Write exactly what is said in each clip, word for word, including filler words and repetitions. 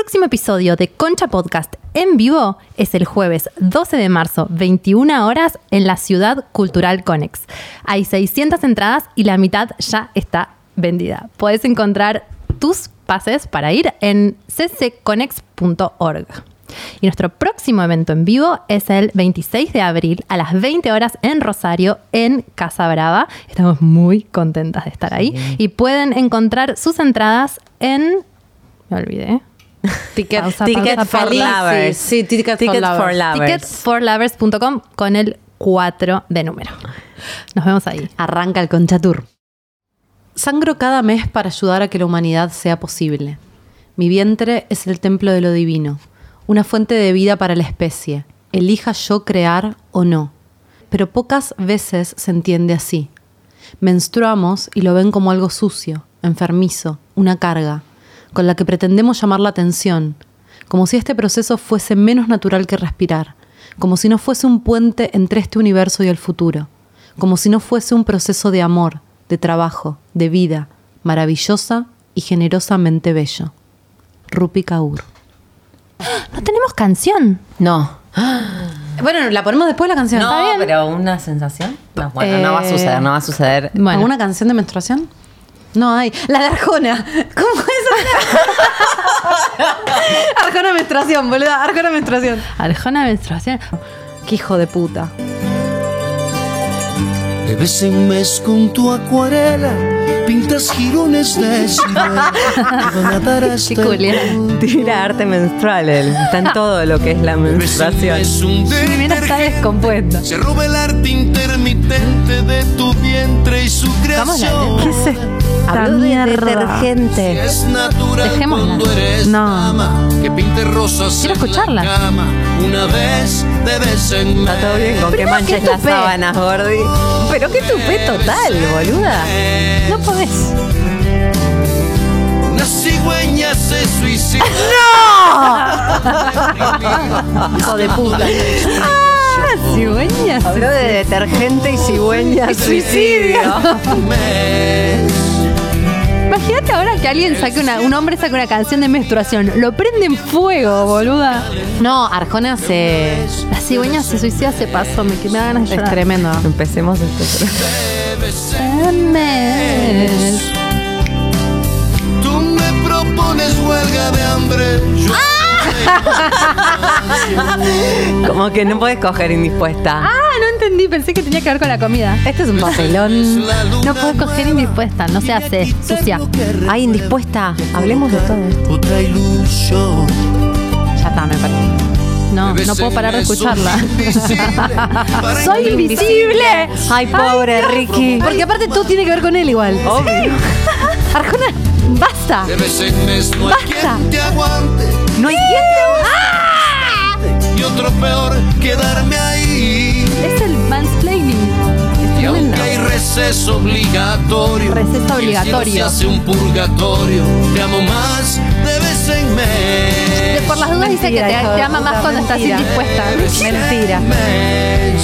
próximo episodio de Concha Podcast en vivo es el jueves doce de marzo, veintiuna horas, en la Ciudad Cultural Conex. Hay seiscientas entradas y la mitad ya está vendida. Podés encontrar tus pases para ir en c c conex punto org. Y nuestro próximo evento en vivo es el veintiséis de abril a las veinte horas en Rosario, en Casa Brava. Estamos muy contentas de estar ahí. Sí. Y pueden encontrar sus entradas en... Me olvidé. Ticket, pausa, ticket pausa, for pausa. lovers. Sí, ticket, ticket for lovers. ticket for lovers punto com con el cuatro de número. Nos vemos ahí. Arranca el Concha Tour. Sangro cada mes para ayudar a que la humanidad sea posible. Mi vientre es el templo de lo divino. Una fuente de vida para la especie, elija yo crear o no. Pero pocas veces se entiende así. Menstruamos y lo ven como algo sucio, enfermizo, una carga, con la que pretendemos llamar la atención, como si este proceso fuese menos natural que respirar, como si no fuese un puente entre este universo y el futuro, como si no fuese un proceso de amor, de trabajo, de vida, maravillosa y generosamente bello. Rupi Kaur. No tenemos canción. No. Bueno, la ponemos después la canción. No, pero una sensación. No, bueno, eh, no va a suceder, no va a suceder. Bueno. ¿Alguna canción de menstruación? No hay. La de Arjona. ¿Cómo es? Arjona menstruación, boluda. Arjona menstruación. Arjona menstruación. Qué hijo de puta. De vez en mes con tu acuarela pintas jirones de silueta que van a dar hasta el... Tira arte menstrual, él. Está en todo lo que es la menstruación. Primero está descompuesto. Se roba el arte intermitente de tu vientre y su creación. ¿Qué es esto? Habló de detergente. Si es natural Dejémosla. cuando eres No. dama, que pinte rosas Quiero en escucharla. la cama una vez de vez en mes. Está todo bien con que Primero, manches ¿qué las tupé? sábanas, Gordi. Pero qué tupé total, boluda. No podés. Una cigüeña se suicida. Hijo de puta. Ah, cigüeñas. Habló de detergente y cigüeña. Y suicidio. Mes. Imagínate ahora que alguien saque una, un hombre saque una canción de menstruación. Lo prende en fuego, boluda. No, Arjona se... La cigüeña se suicida, se pasó. Me, me da ganas de Es llorar. tremendo. Empecemos este. Debe ser. Mes. Tú me propones huelga de hambre. Yo Como que no podés coger indispuesta. Ah, no entendí. Pensé que tenía que ver con la comida. Este es un papelón. No puedo coger indispuesta. No se hace. Sucia. Ay, indispuesta. Hablemos de todo esto. Otra ilusión. Ya está, me perdí. No, no puedo parar de escucharla. Soy invisible. Ay, pobre Ricky. Porque aparte todo tiene que ver con él igual. Obvio. Arjona, basta. De vez en mes no hay Basta. quien te aguante. No hay Y otro peor, quedarme ahí. Es el mansplaining. Y aunque hay receso obligatorio, Receso y el cielo obligatorio. se hace un purgatorio. Te amo más de vez en mes. Por las dudas dice que te, hijo te de ama puta, más cuando estás mentira. indispuesta. Mentira. Mes.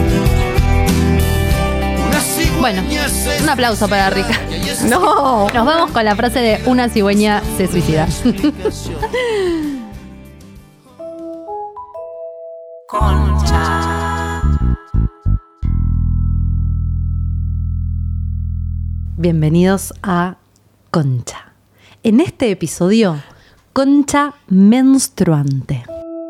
Una cigüeña Bueno, se un aplauso para Rica. No. Nos vamos con la frase de una cigüeña se suicida. Bienvenidos a Concha. En este episodio, Concha menstruante.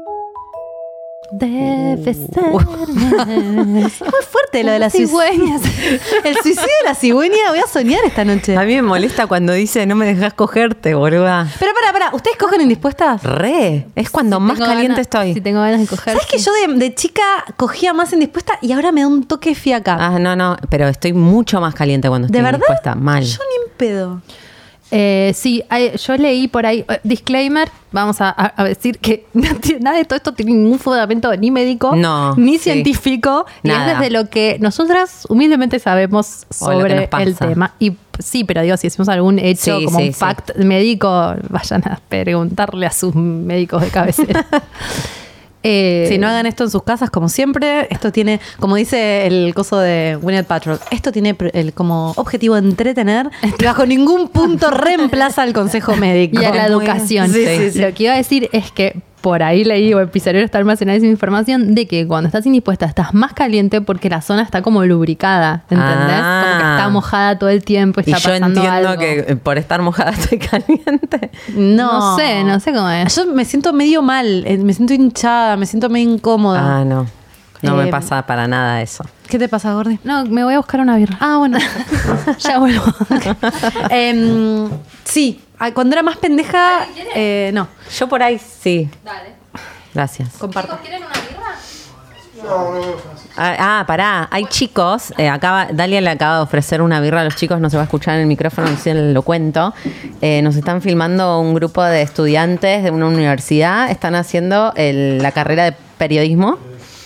Debe ser. Es muy fuerte lo de las cigüeñas. El suicidio de la cigüeña, voy a soñar esta noche. A mí me molesta cuando dice no me dejas cogerte, boluda. Pero para, para, ¿ustedes cogen indispuestas? Re. Es cuando más Tengo caliente ganas- estoy. Si tengo ganas de coger. ¿Sabes que yo de, de chica cogía más indispuesta y ahora me da un toque fiaca? Ah, no, no. Pero estoy mucho más caliente cuando estoy ¿De verdad? indispuesta. Mal. Yo ni en pedo. Eh, sí, hay- yo leí por ahí, eh, disclaimer, vamos a, a- a decir que no tiene- nada de todo esto tiene ningún fundamento ni médico, No, ni sí. científico, y es Nada. desde lo que nosotras humildemente sabemos O lo que sobre nos pasa. el tema. Y sí, pero digo, si hacemos algún hecho Sí, como sí, un sí. fact médico, vayan a preguntarle a sus médicos de cabecera. Eh, Si no hagan esto en sus casas, como siempre, esto tiene, como dice el coso de Gwyneth Paltrow, esto tiene el, como objetivo entretener y bajo ningún punto reemplaza al consejo médico. y a la Muy- educación. Sí, sí, sí. Lo que iba a decir es que por ahí leí, o el pizarrero está almacenada esa información, de que cuando estás indispuesta estás más caliente porque la zona está como lubricada, ¿entendés? Ah. Como que está mojada todo el tiempo, Y está yo pasando entiendo algo. que por estar mojada estoy caliente. No. No sé, no sé cómo es. Yo me siento medio mal, eh, me siento hinchada, me siento medio incómoda. Ah, no. No Eh, me pasa para nada eso. ¿Qué te pasa, Gordi? No, me voy a buscar una birra. Ah, bueno. Ya vuelvo. Em, sí, ah, cuando era más pendeja, eh, no. Yo por ahí sí. Dale. Gracias. Comparto. ¿Quieren una birra? Ah, ah, pará. Hay chicos. eh, acaba, Dalia le acaba de ofrecer una birra a los chicos. No se va a escuchar en el micrófono, si lo cuento. Eh, nos están filmando un grupo de estudiantes de una universidad. Están haciendo el- la carrera de periodismo.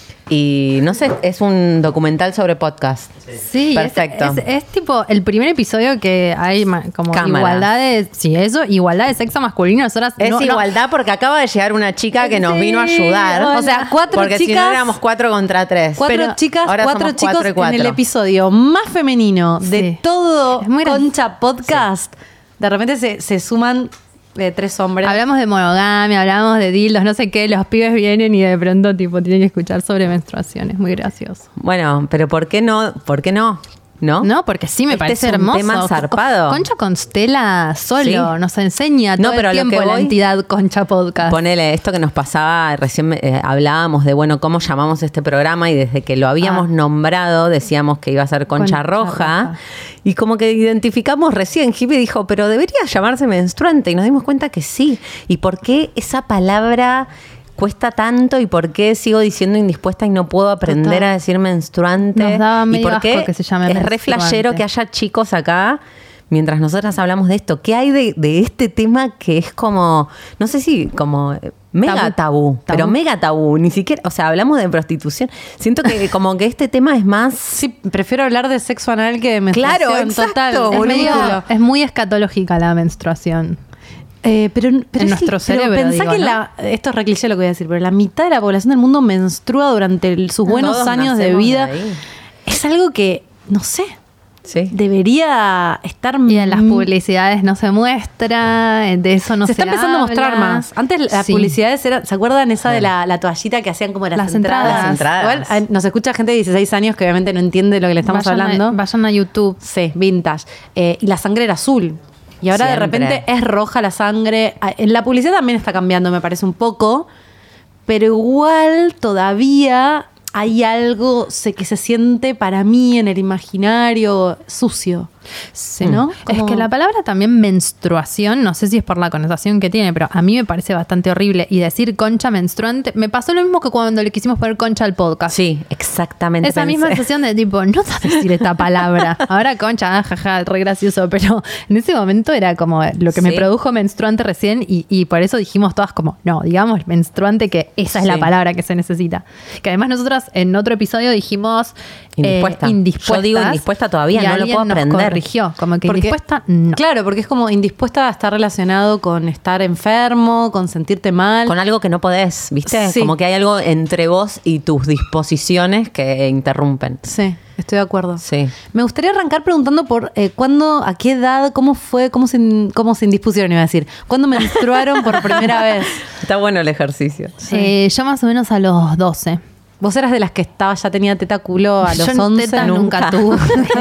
Y no sé, es un documental sobre podcast. Sí, Perfecto. Es, es- es tipo el primer episodio que hay ma- como Cámaras. igualdad de. Sí, eso, igualdad de sexo masculino. Nosotras Es no- no- igualdad porque acaba de llegar una chica que nos Sí, vino a ayudar. hola. O sea, cuatro porque si no chicas- éramos cuatro contra tres. Cuatro Pero chicas, ahora cuatro somos chicos cuatro y cuatro. en el episodio más femenino de Sí. todo Es muy gracioso. Concha Podcast. De repente se, se suman eh, tres hombres. Hablamos de monogamia, hablamos de dildos, no sé qué. Los pibes vienen y de pronto tipo tienen que escuchar sobre menstruaciones. Muy gracioso. Bueno, pero ¿por qué no? ¿Por qué no? ¿No? No, porque sí me Este parece es un hermoso. tema zarpado. Concha Constela solo Sí. nos enseña No, todo pero a el lo tiempo que la voy- entidad Concha Podcast. Ponele esto que nos pasaba, recién eh, hablábamos de, bueno, cómo llamamos este programa y desde que lo habíamos Ah. nombrado decíamos que iba a ser Concha, Concha Roja, Roja. y como que identificamos recién, Hippie dijo, pero debería llamarse menstruante y nos dimos cuenta que sí. ¿Y por qué esa palabra cuesta tanto y por qué sigo diciendo indispuesta y no puedo aprender Total. a decir menstruante? Nos daba ¿Y medio por qué asco que se llame es re menstruante. flashero que haya chicos acá mientras nosotras hablamos de esto? ¿Qué hay de, de este tema que es como, no sé si como eh, mega tabú, Tabú. pero Tabú. mega tabú, ni siquiera, o sea, hablamos de prostitución. Siento que como que este tema es más... Sí, prefiero hablar de sexo anal que de menstruación. Claro, exacto, total. es, boludo. medio- ridículo. es muy escatológica la menstruación. Eh, pero, pero En es- nuestro pero cerebro, pensá digo, que ¿no? la, esto es re cliché lo que voy a decir, pero la mitad de la población del mundo menstrua durante el- sus buenos Todos años de nacemos vida. de ahí. Es algo que, no sé, Sí. debería estar... Y en las mm, publicidades no se muestra, de eso no se se está empezando a mostrar habla. más. Antes las Sí. publicidades eran, ¿se acuerdan esa de la, la toallita que hacían como las, Las entradas? entradas. Las entradas. Igual ah, nos escucha gente de dieciséis años que obviamente no entiende lo que le estamos vayan hablando. A, vayan a YouTube. Sí, vintage. Eh, y la sangre era azul. Y ahora Siempre. de repente es roja la sangre. Ah, En la publicidad también está cambiando, me parece un poco. Pero igual todavía hay algo se- que se siente para mí en el imaginario sucio. Sí. ¿No? Es Como- que la palabra también menstruación, no sé si es por la connotación que tiene, pero a mí me parece bastante horrible. Y decir concha menstruante, me pasó lo mismo que cuando le quisimos poner concha al podcast. Sí, exactamente. Esa pensé. misma sensación de tipo, no sabes decir esta palabra. Ahora concha, ah, jaja, re gracioso. Pero en ese momento era como lo que me Sí. produjo menstruante recién y, y por eso dijimos todas como, no, digamos menstruante que esa es la Sí. palabra que se necesita. Que además nosotras en otro episodio dijimos eh, Indispuesta. indispuestas. Yo digo indispuesta todavía, y no lo alguien puedo nos aprender. corrigió, como que Porque- indispuesta, no. Claro, porque es como indispuesta a estar relacionado con estar enfermo, con sentirte mal. Con algo que no podés, ¿viste? Sí. Como que hay algo entre vos y tus disposiciones que interrumpen. Sí, estoy de acuerdo. Sí. Me gustaría arrancar preguntando por eh, cuándo, a qué edad, cómo fue, cómo se, cómo se indispusieron, iba a decir. ¿Cuándo menstruaron por primera vez? Está bueno el ejercicio. Eh, yo más o menos a los doce. ¿Vos eras de las que estaba, ya tenía teta culo a los Yo once? teta nunca, tuve.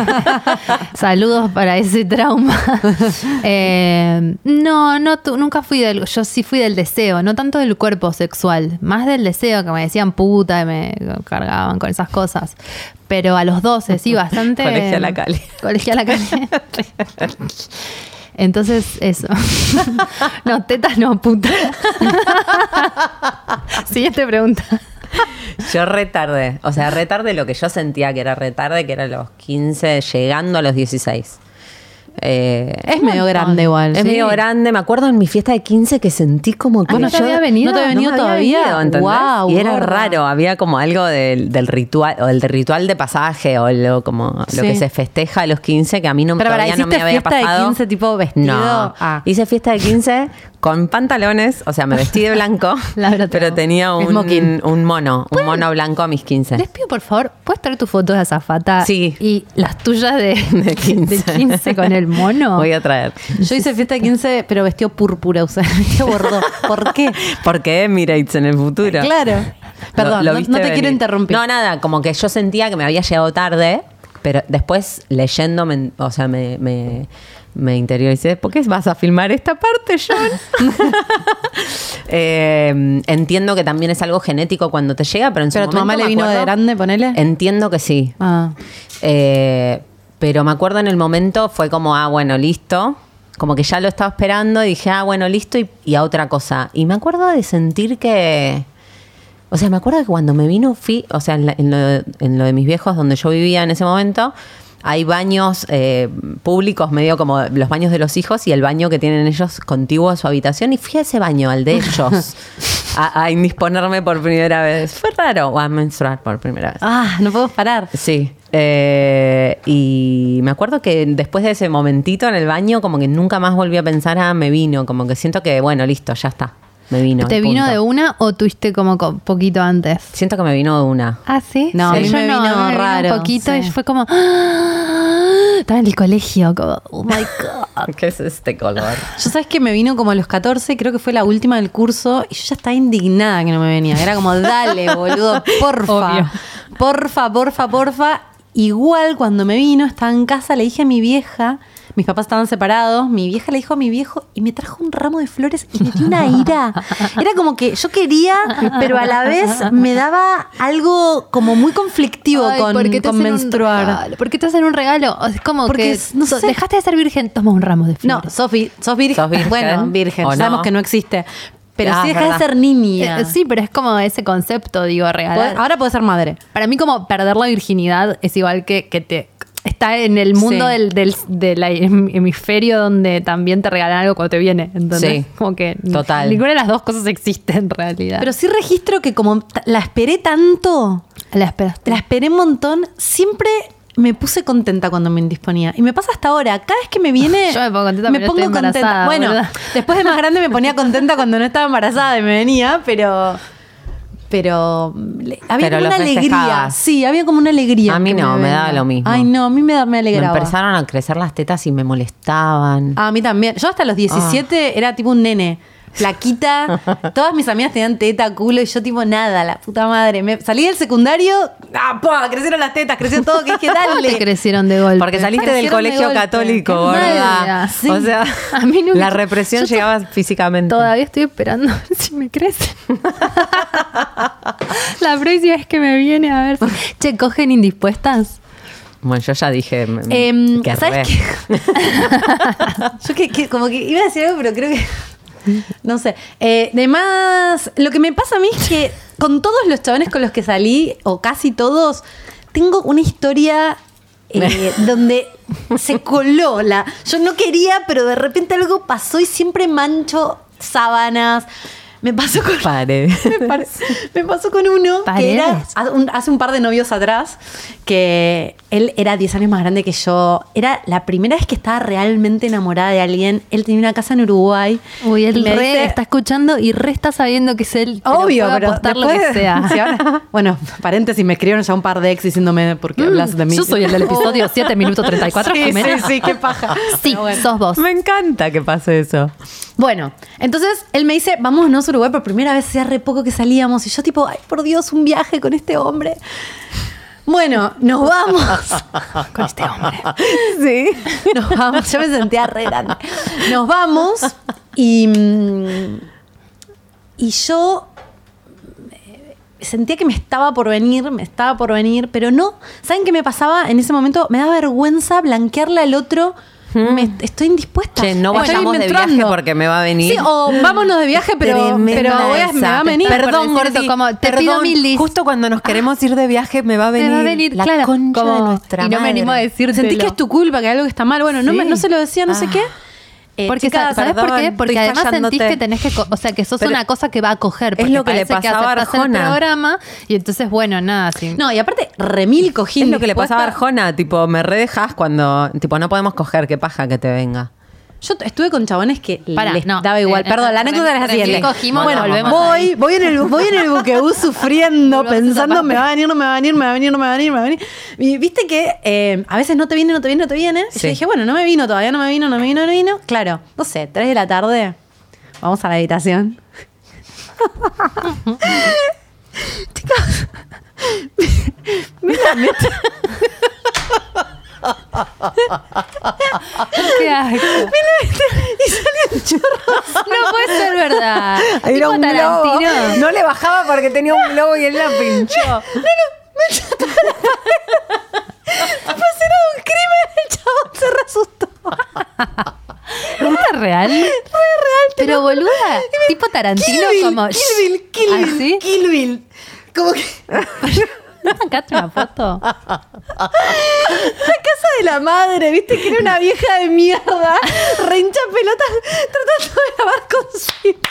Saludos para ese trauma. Eh, no, no tu- nunca fui del. Yo sí fui del deseo, no tanto del cuerpo sexual, más del deseo, que me decían puta y me cargaban con esas cosas. Pero a los doce, sí, bastante. Colegiala Cali. Colegiala Cali. Entonces, eso. No, tetas no, puta. Siguiente pregunta. Yo retarde, o sea, retarde lo que yo sentía que era retarde, que era los quince, llegando a los dieciséis. Eh, Es medio grande igual. Es sí. medio grande. Me acuerdo en mi fiesta de quince que sentí como que ¿no te había venido? ¿No te había no venido me había todavía? venido, ¿entendés? Guau, y era gorda. raro, había como algo del, del ritual, o el del ritual de pasaje, o lo, como Sí. lo que se festeja a los quince, que a mí no, Pero todavía para, no me ¿hiciste había fiesta pasado. de quince tipo vestido? No, Ah. hice fiesta de quince con pantalones, o sea, me vestí de blanco, Laura, te pero amo. tenía un, Smoking. un mono, un mono blanco a mis quince. Les pido, por favor, ¿puedes traer tus fotos de azafata? Sí. Y las tuyas de, De quince. de quince con el mono. Voy a traer. Yo hice fiesta de quince, pero vestido púrpura, o sea, vestido bordó. ¿Por qué? Porque Emirates en el futuro. Claro. Perdón, Lo- lo no- viste no, te quiero venir. interrumpir. No, nada, como que yo sentía que me había llegado tarde, pero después leyendo, me- o sea, me, me, me interioricé. ¿Por qué vas a filmar esta parte, John? Eh, entiendo que también es algo genético cuando te llega, pero en su Pero tu momento mamá le me vino de acuerdo- grande, ponele. Entiendo que sí. Ah. Eh, pero me acuerdo en el momento fue como, ah, bueno, listo. Como que ya lo estaba esperando y dije, ah, bueno, listo, y, y a otra cosa. Y me acuerdo de sentir que... O sea, me acuerdo que cuando me vino, fui, o sea, en, la- en lo, en lo de mis viejos, donde yo vivía en ese momento, hay baños eh, públicos, medio como los baños de los hijos y el baño que tienen ellos contiguo a su habitación. Y fui a ese baño, al de ellos, a, a indisponerme por primera vez. Fue raro, o a menstruar por primera vez. Ah, no puedo parar. Sí. Eh, y me acuerdo que después de ese momentito en el baño, como que nunca más volví a pensar, ah, me vino. Como que siento que, bueno, listo, ya está. Me vino. ¿Te y vino punto. de una o tuviste como co- poquito antes? Siento que me vino de una. Ah, ¿sí? No, Sí, a mí yo me no, vino a mí me raro, un poquito sí. y fue como... ¡ah! Estaba en el colegio, como, oh my God. ¿Qué es este color? Yo sabes que me vino como a los catorce, creo que fue la última del curso, y yo ya estaba indignada que no me venía. Era como, dale, boludo, porfa. Obvio. Porfa, porfa, porfa. Igual cuando me vino, estaba en casa, le dije a mi vieja, mis papás estaban separados, mi vieja le dijo a mi viejo y me trajo un ramo de flores y me dio una ira. Era como que yo quería, pero a la vez me daba algo como muy conflictivo Ay, con, ¿por qué te con hacen un menstruar. regalo? ¿Por qué te hacen un regalo? Es como Porque que es- no so- sé. dejaste de ser virgen, toma un ramo de No, flores. Sofi, sos virgen. ¿Sos virgen? Bueno, virgen, ¿O no? sabemos que no existe. Pero Ah, sí es dejas de verdad. ser niña. Eh, sí, pero es como ese concepto, digo, regalar. Podés- Ahora puedes ser madre. Para mí como perder la virginidad es igual que, que te... Está en el mundo Sí. del, del, del hem- hemisferio donde también te regalan algo cuando te viene. Entonces, Sí, como que total. ninguna de las dos cosas existe en realidad. Pero sí registro que como t- la esperé tanto, la esperaste. la esperé un montón, siempre me puse contenta cuando me indisponía. Y me pasa hasta ahora. Cada vez que me viene, Yo me pongo contenta, pero estoy embarazada, Bueno, boluda. después de más grande me ponía contenta cuando no estaba embarazada y me venía, pero... Pero le- había Pero como lo una alegría. festejabas. Sí, había como una alegría. A mí que no, me venga. daba lo mismo. Ay, no, a mí me, da- me Me alegraba. empezaron a crecer las tetas y me molestaban. A mí también. Yo hasta los diecisiete Ah. era tipo un nene. Flaquita. Todas mis amigas tenían teta, culo, y yo tipo nada, la puta madre. Me, salí del secundario, ¡ah, pa! Crecieron las tetas, creció todo, que dije, ¿Cómo te dale. crecieron de golpe? Porque saliste del Crecieron de colegio golpe. católico, Qué gorda. mala, sí. O sea, A mí nunca- la represión yo to- llegaba físicamente. Todavía estoy esperando a ver si me crecen. La próxima vez que me viene a ver si... Che, ¿cogen indispuestas? Bueno, yo ya dije mm, Em, que ¿Sabes re. qué? Yo que, que- como que iba a decir algo, pero creo que. No sé. Eh, además, lo que me pasa a mí es que con todos los chabones con los que salí, o casi todos, tengo una historia eh, donde se coló la. Yo no quería, pero de repente algo pasó y siempre mancho sábanas. Me pasó con. Pare. Me, pare- me pasó con uno que era Paredes. hace un, hace un par de novios atrás, que él era diez años más grande que yo. Era la primera vez que estaba realmente enamorada de alguien. Él tenía una casa en Uruguay. Uy, él Y me re dice- está escuchando y re está sabiendo que es él. pero Obvio, puede pero apostar lo después- que sea. Sí, ahora- bueno, paréntesis, me escribieron ya un par de ex diciéndome por qué hablas de mí. Yo soy el del episodio siete minutos treinta y cuatro, Sí, Jimena. sí, sí, qué paja. Sí, Pero bueno. sos vos. Me encanta que pase eso. Bueno, entonces él me dice, vámonos a Uruguay por primera vez, hacía re poco que salíamos. Y yo tipo, ay, por Dios, un viaje con este hombre. Bueno, nos vamos. Con este hombre. Sí. Nos vamos. Yo me sentía re grande. Nos vamos y... mm, Y yo eh, sentía que me estaba por venir, me estaba por venir, pero no. ¿Saben qué me pasaba en ese momento? Me daba vergüenza blanquearle al otro me, estoy indispuesta. Che, no Estoy vayamos de menstruando. viaje porque me va a venir. Sí, o vámonos de viaje, pero, Tremenda pero voy a, me esa. va a venir. Perdón, por decir Gordi, eso, como, te perdón, pido mil dis. justo cuando nos queremos ir de viaje me va a venir, Me va a venir, la claro, concha como- de nuestra y no me madre. animo a decirte. Sentí que es tu culpa, que algo que está mal. Bueno, no, Sí. me, no se lo decía, no sé Ah. qué. Eh, Porque, chicas, ¿sabes por perdón, qué? Porque estoy además sentís fallándote. que tenés que, co- o sea, que sos Pero una cosa que va a coger. es Porque lo que le parece pasaba a aceptás el Arjona. programa y entonces, bueno, nada, sí. No, y aparte, remil cogí. Es lo que le pasaba a indispuesta. Arjona, tipo, me redejas cuando, tipo, no podemos coger, qué paja que te venga. Yo t- estuve con chabones que Pará, les no, daba igual. eh, Perdón, la eh, anécdota es la recién siguiente. cogimos, bueno, volvemos voy, ahí. voy en el voy en el buquebús sufriendo, Volvemos a esa pensando, parte. me va a venir, no me va a venir, me va a venir, no me va a venir, no me va a venir. Y viste que eh, a veces no te viene, no te viene, no te viene. Y Sí. yo dije, bueno, no me vino todavía, no me vino, no me vino, no me vino. Claro, no sé, tres de la tarde, vamos a la habitación. Chicos, ¿Qué asco. y salían chorros. No puede ser verdad. Era Tipo un globo. Tarantino. No le bajaba porque tenía un globo y él la pinchó. Pues era un crimen, el chabón se re asustó. ¿Esto es real? Re real, te Pero lo- boluda, tipo Tarantino Kill Bill, como... Kill Bill, Kill ¿Ah, Bill, sí? Kill Bill. Como que ¿No sacaste una foto? la casa de la madre, viste que era una vieja de mierda, re hincha pelotas, tratando de lavar consigo.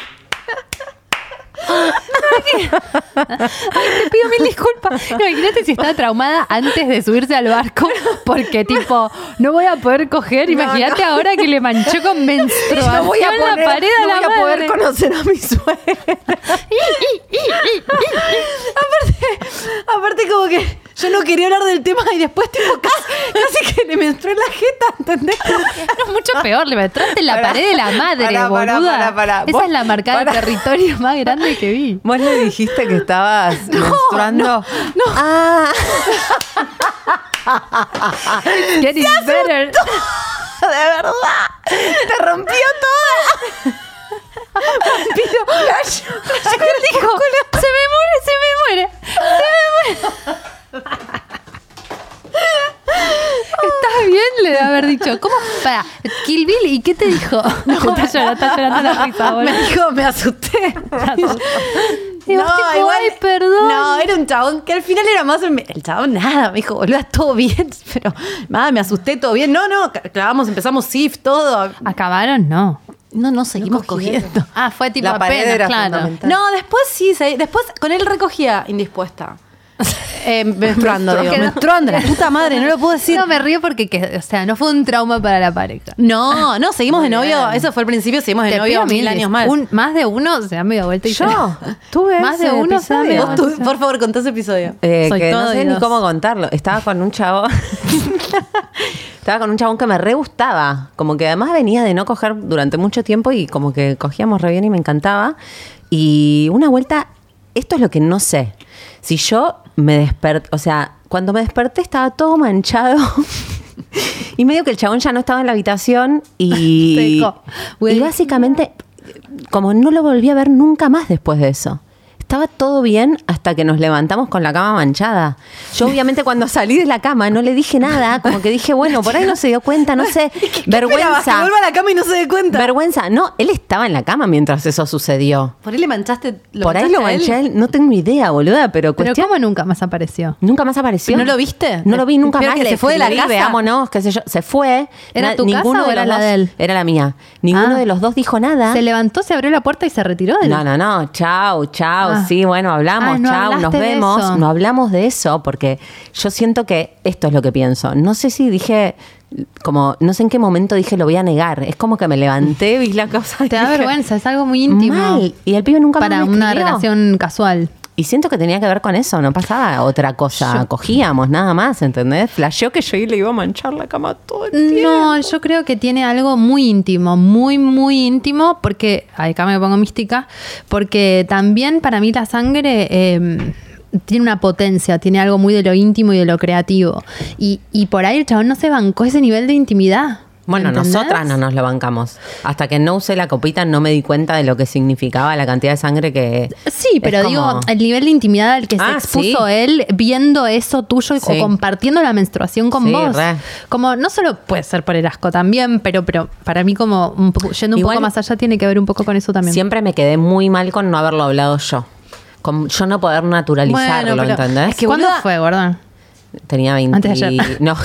Ay, te pido mil disculpas. No, imagínate si estaba traumada antes de subirse al barco, porque tipo, no voy a poder coger. Imagínate ahora que le manchó con menstruación No voy a, poner, la pared a no la voy a poder madre. conocer a mi suegra. Aparte, aparte como que yo no quería hablar del tema y después tipo casi, casi que le menstrué en la jeta, ¿entendés? No, mucho peor, le metraste en la Pará, pared de la madre, pará, pará, boluda. pará, pará. Esa Vos- es la marcada de pará. territorio más grande que vi. ¿Vos le dijiste que estabas menstruando? no, no. Ah, Getting better. de verdad. Te rompió toda. Pero, Él dijo, se me muere, se me muere, se me muere. ¿Estás bien? Le debe haber dicho. ¿Cómo? Para, Kill Bill, ¿y qué te dijo? No, está llorando, está llorando la risa, boludo. me dijo, me asusté. Y vos tipo, ay, perdón. No, era un chabón que al final era más el, el chabón nada, me dijo, boludo, todo bien, pero nada, me asusté, todo bien. No, no, clavamos, empezamos S I F, todo. ¿Acabaron? No. No, no, seguimos cogiendo. Ah, fue tipo La pared apenas, era claro. fundamental. No, después sí, se- después con él recogía indispuesta. Eh, menstruando, digo, Quedó- menstruando, la puta madre, no lo puedo decir. No, me río porque, que, o sea, no fue un trauma para la pareja. No, no, seguimos Muy de novio, bien. eso fue el principio, seguimos de Te novio pido mil mil años dis- más. un- más de uno se da media vuelta y Yo se- tuve Más ese de uno se da episodio. media Vos tu- por favor, contá ese episodio. Eh, Soy que no todo sé ni oídos. cómo contarlo. Estaba con un chabón. Estaba con un chabón que me re gustaba. Como que además venía de no coger durante mucho tiempo y como que cogíamos re bien y me encantaba. Y una vuelta, esto es lo que no sé. Si yo me desperté, o sea, cuando me desperté estaba todo manchado. Y medio que el chabón ya no estaba en la habitación Te y, dijo, y básicamente como no lo volví a ver nunca más después de eso. Estaba todo bien hasta que nos levantamos con la cama manchada. Yo obviamente cuando salí de la cama no le dije nada, como que dije, bueno, por ahí no se dio cuenta, no sé, Esperabas que vergüenza. vuelva a la cama y no se dé cuenta. Vergüenza. No, él estaba en la cama mientras eso sucedió. Por ahí le manchaste. Por ahí lo manché a él, no tengo idea, boluda, pero Pero cuestión... ¿cómo nunca más apareció? Nunca más apareció. ¿No lo viste? No lo vi nunca Pero más. que Le se fue de la escribí, casa. Vámonos, qué sé yo. Se fue. ¿Era Na- tu casa ninguno o de era los la dos- de él? Era la mía. Ninguno Ah. de los dos dijo nada. Se levantó, se abrió la puerta y se retiró del... No, no, no. Chau, chau. Ah. Sí, bueno, hablamos. Ah, no chau, nos hablaste de vemos. eso. No hablamos de eso porque yo siento que esto es lo que pienso. No sé si dije, como, no sé en qué momento dije lo voy a negar. Es como que me levanté, vi la cosa. y Te da dije, vergüenza, es algo muy íntimo. Mal. Y el pibe nunca más Para me una escribió. relación casual. Y siento que tenía que ver con eso, no pasaba otra cosa. Cogíamos nada más, ¿entendés? Flasheó que yo le iba a manchar la cama todo el tiempo. No, yo creo que tiene algo muy íntimo, muy, muy íntimo, porque, acá me pongo mística, porque también para mí la sangre eh, tiene una potencia, tiene algo muy de lo íntimo y de lo creativo. Y, y por ahí el chabón no se bancó ese nivel de intimidad. Bueno, ¿entendés? nosotras no nos lo bancamos. Hasta que no usé la copita no me di cuenta de lo que significaba la cantidad de sangre que... Sí, pero es digo, como- el nivel de intimidad al que Ah, se expuso sí. él viendo eso tuyo Sí. o compartiendo la menstruación con Sí, vos. re. Como no solo puede ser por el asco también, pero, pero para mí como un poco- yendo un Igual- poco más allá tiene que ver un poco con eso también. Siempre me quedé muy mal con no haberlo hablado yo. Con yo no poder naturalizarlo, Bueno, pero ¿entendés? es que ¿Cuándo boluda- fue, gorda? Tenía veinte... Antes de ayer. No.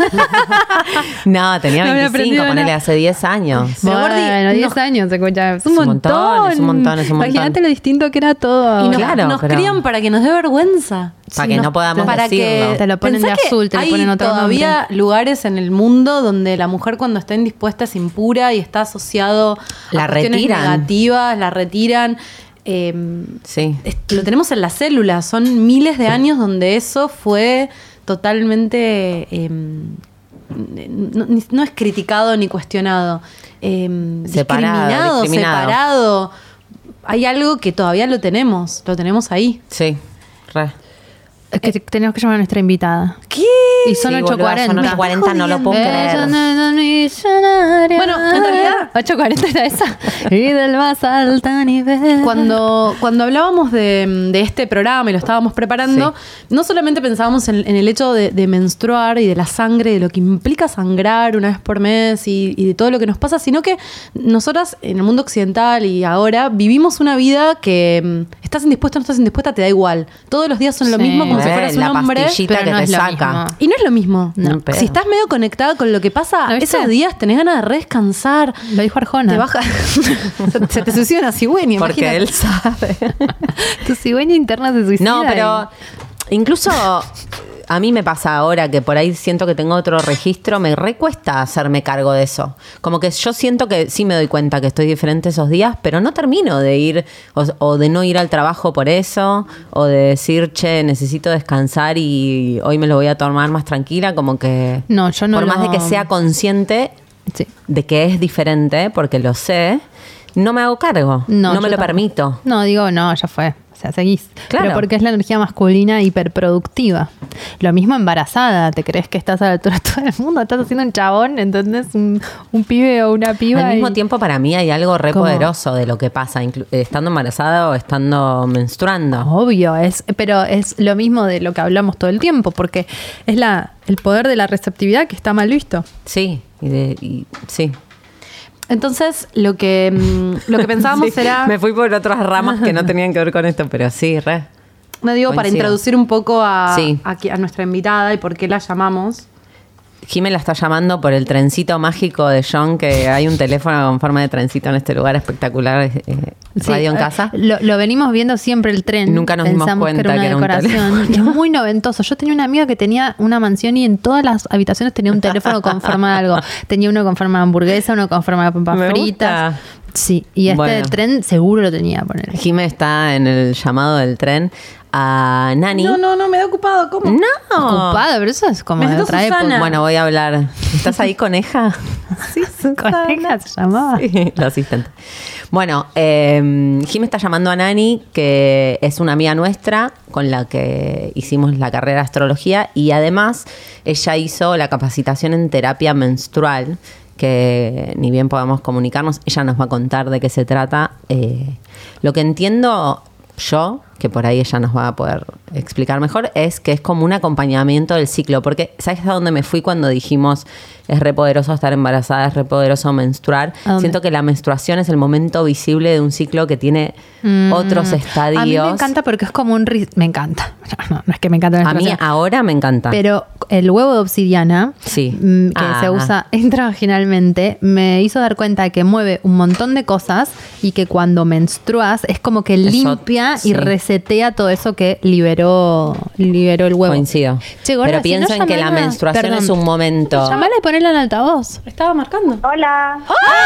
No, tenía No había veinticinco, aprendido ponele, nada. hace diez años. Pero, Gordi, Bueno, diez no- años, se escucha. Es un Es un montón. montón, es un montón, es un montón. Imagínate lo distinto que era todo. Y nos, Claro, nos pero- crían para que nos dé vergüenza. Para que no podamos para decirlo. que Te lo ponen pensá de que azul, te lo hay ponen otro todavía lugares en el mundo donde la mujer cuando está indispuesta es impura y está asociado La a cuestiones retiran. negativas, la retiran. Eh, Sí. es- lo tenemos en las células. Son miles de años donde eso fue totalmente eh, no, ni- no es criticado ni cuestionado. Eh, Separado, discriminado, discriminado. separado. Hay algo que todavía lo tenemos, lo tenemos ahí. Sí, re. Es que tenemos que llamar a nuestra invitada. ¿Qué? Y son Sí, ocho boluda, cuarenta. son ocho cuarenta, no lo puedo creer. Bueno, en realidad- ocho cuarenta era esa. Y del más alto nivel. Cuando, cuando hablábamos de, de este programa y lo estábamos preparando, no solamente pensábamos en, en el hecho de, de menstruar y de la sangre, de lo que implica sangrar una vez por mes y, y de todo lo que nos pasa, sino que nosotras en el mundo occidental y ahora vivimos una vida que mm, estás indispuesta o no estás indispuesta, te da igual. Todos los días son lo Sí. mismo como si Eh, fueras un la hombre. pastillita pero que no te es lo saca. mismo. Y no es lo mismo. No, pero- Si estás medio conectada con lo que pasa, ¿Lo viste? esos días tenés ganas de redescansar. Lo dijo Arjona. Te baja. se, se te suicida una cigüeña, Porque imagínate. él sabe. Tu cigüeña interna se suicida. No, y- pero incluso a mí me pasa ahora que por ahí siento que tengo otro registro, me recuesta hacerme cargo de eso. Como que yo siento que sí me doy cuenta que estoy diferente esos días, pero no termino de ir o, o de no ir al trabajo por eso, o de decir, che, necesito descansar y hoy me lo voy a tomar más tranquila, como que No, yo no por más lo- de que sea consciente Sí. de que es diferente, porque lo sé, no me hago cargo, no, yo me lo tampoco. permito. No, digo, no, ya fue. O sea, seguís. Claro. Pero porque es la energía masculina hiperproductiva. Lo mismo embarazada. ¿Te crees que estás a la altura de todo el mundo? Estás haciendo un chabón, ¿entendés? Un, un pibe o una piba. Al mismo y- tiempo, para mí hay algo re ¿Cómo? poderoso de lo que pasa, inclu- eh, estando embarazada o estando menstruando. Obvio, es, pero es lo mismo de lo que hablamos todo el tiempo, porque es la, el poder de la receptividad que está mal visto. Sí, y de- y- sí. Entonces, lo que, mm, lo que pensábamos Sí, era. Me fui por otras ramas que no tenían que ver con esto, pero sí, re. No digo para Coincido. introducir un poco a, Sí. a, qui- a nuestra invitada y por qué la llamamos. Jimé la está llamando por el trencito mágico de John, que hay un teléfono con forma de trencito en este lugar espectacular, eh, Sí, radio en eh, casa. Lo, lo venimos viendo siempre el tren. Nunca nos dimos Pensamos cuenta que era una que era un decoración. teléfono. Es muy noventoso. Yo tenía una amiga que tenía una mansión y en todas las habitaciones tenía un teléfono con forma de algo. Tenía uno con forma de hamburguesa, uno con forma de papas Me fritas. gusta. Sí, y este Bueno. tren seguro lo tenía, poner. Jimé está en el llamado del tren a Nani. No, no, no, me da ocupado. ¿Cómo? No. Ocupada, pero eso es como Me de siento otra Susana. época. Bueno, voy a hablar. ¿Estás ahí, coneja? Sí, Coneja se llamaba. Sí, la asistente. Bueno, eh, Jim está llamando a Nani, que es una amiga nuestra con la que hicimos la carrera de astrología y además ella hizo la capacitación en terapia menstrual, que ni bien podamos comunicarnos, ella nos va a contar de qué se trata. Eh, lo que entiendo yo, que por ahí ella nos va a poder explicar mejor, es que es como un acompañamiento del ciclo, porque ¿sabes a dónde me fui cuando dijimos es re poderoso estar embarazada, es re poderoso menstruar? ¿A dónde? Siento que la menstruación es el momento visible de un ciclo que tiene Mm. otros estadios. A mí me encanta porque es como un... ri- Me encanta. No, no es que me encanta la A mí menstruación. ahora me encanta. Pero el huevo de obsidiana, Sí. mm, que Ah. se usa intravaginalmente, me hizo dar cuenta de que mueve un montón de cosas y que cuando menstruas es como que Eso, limpia sí. y resetea todo eso que liberó, liberó el huevo. Coincido. Che, gorda, Pero si no piensen que la llamala- menstruación Perdón. es un momento. Llamala y ponela en altavoz. Estaba marcando. Hola.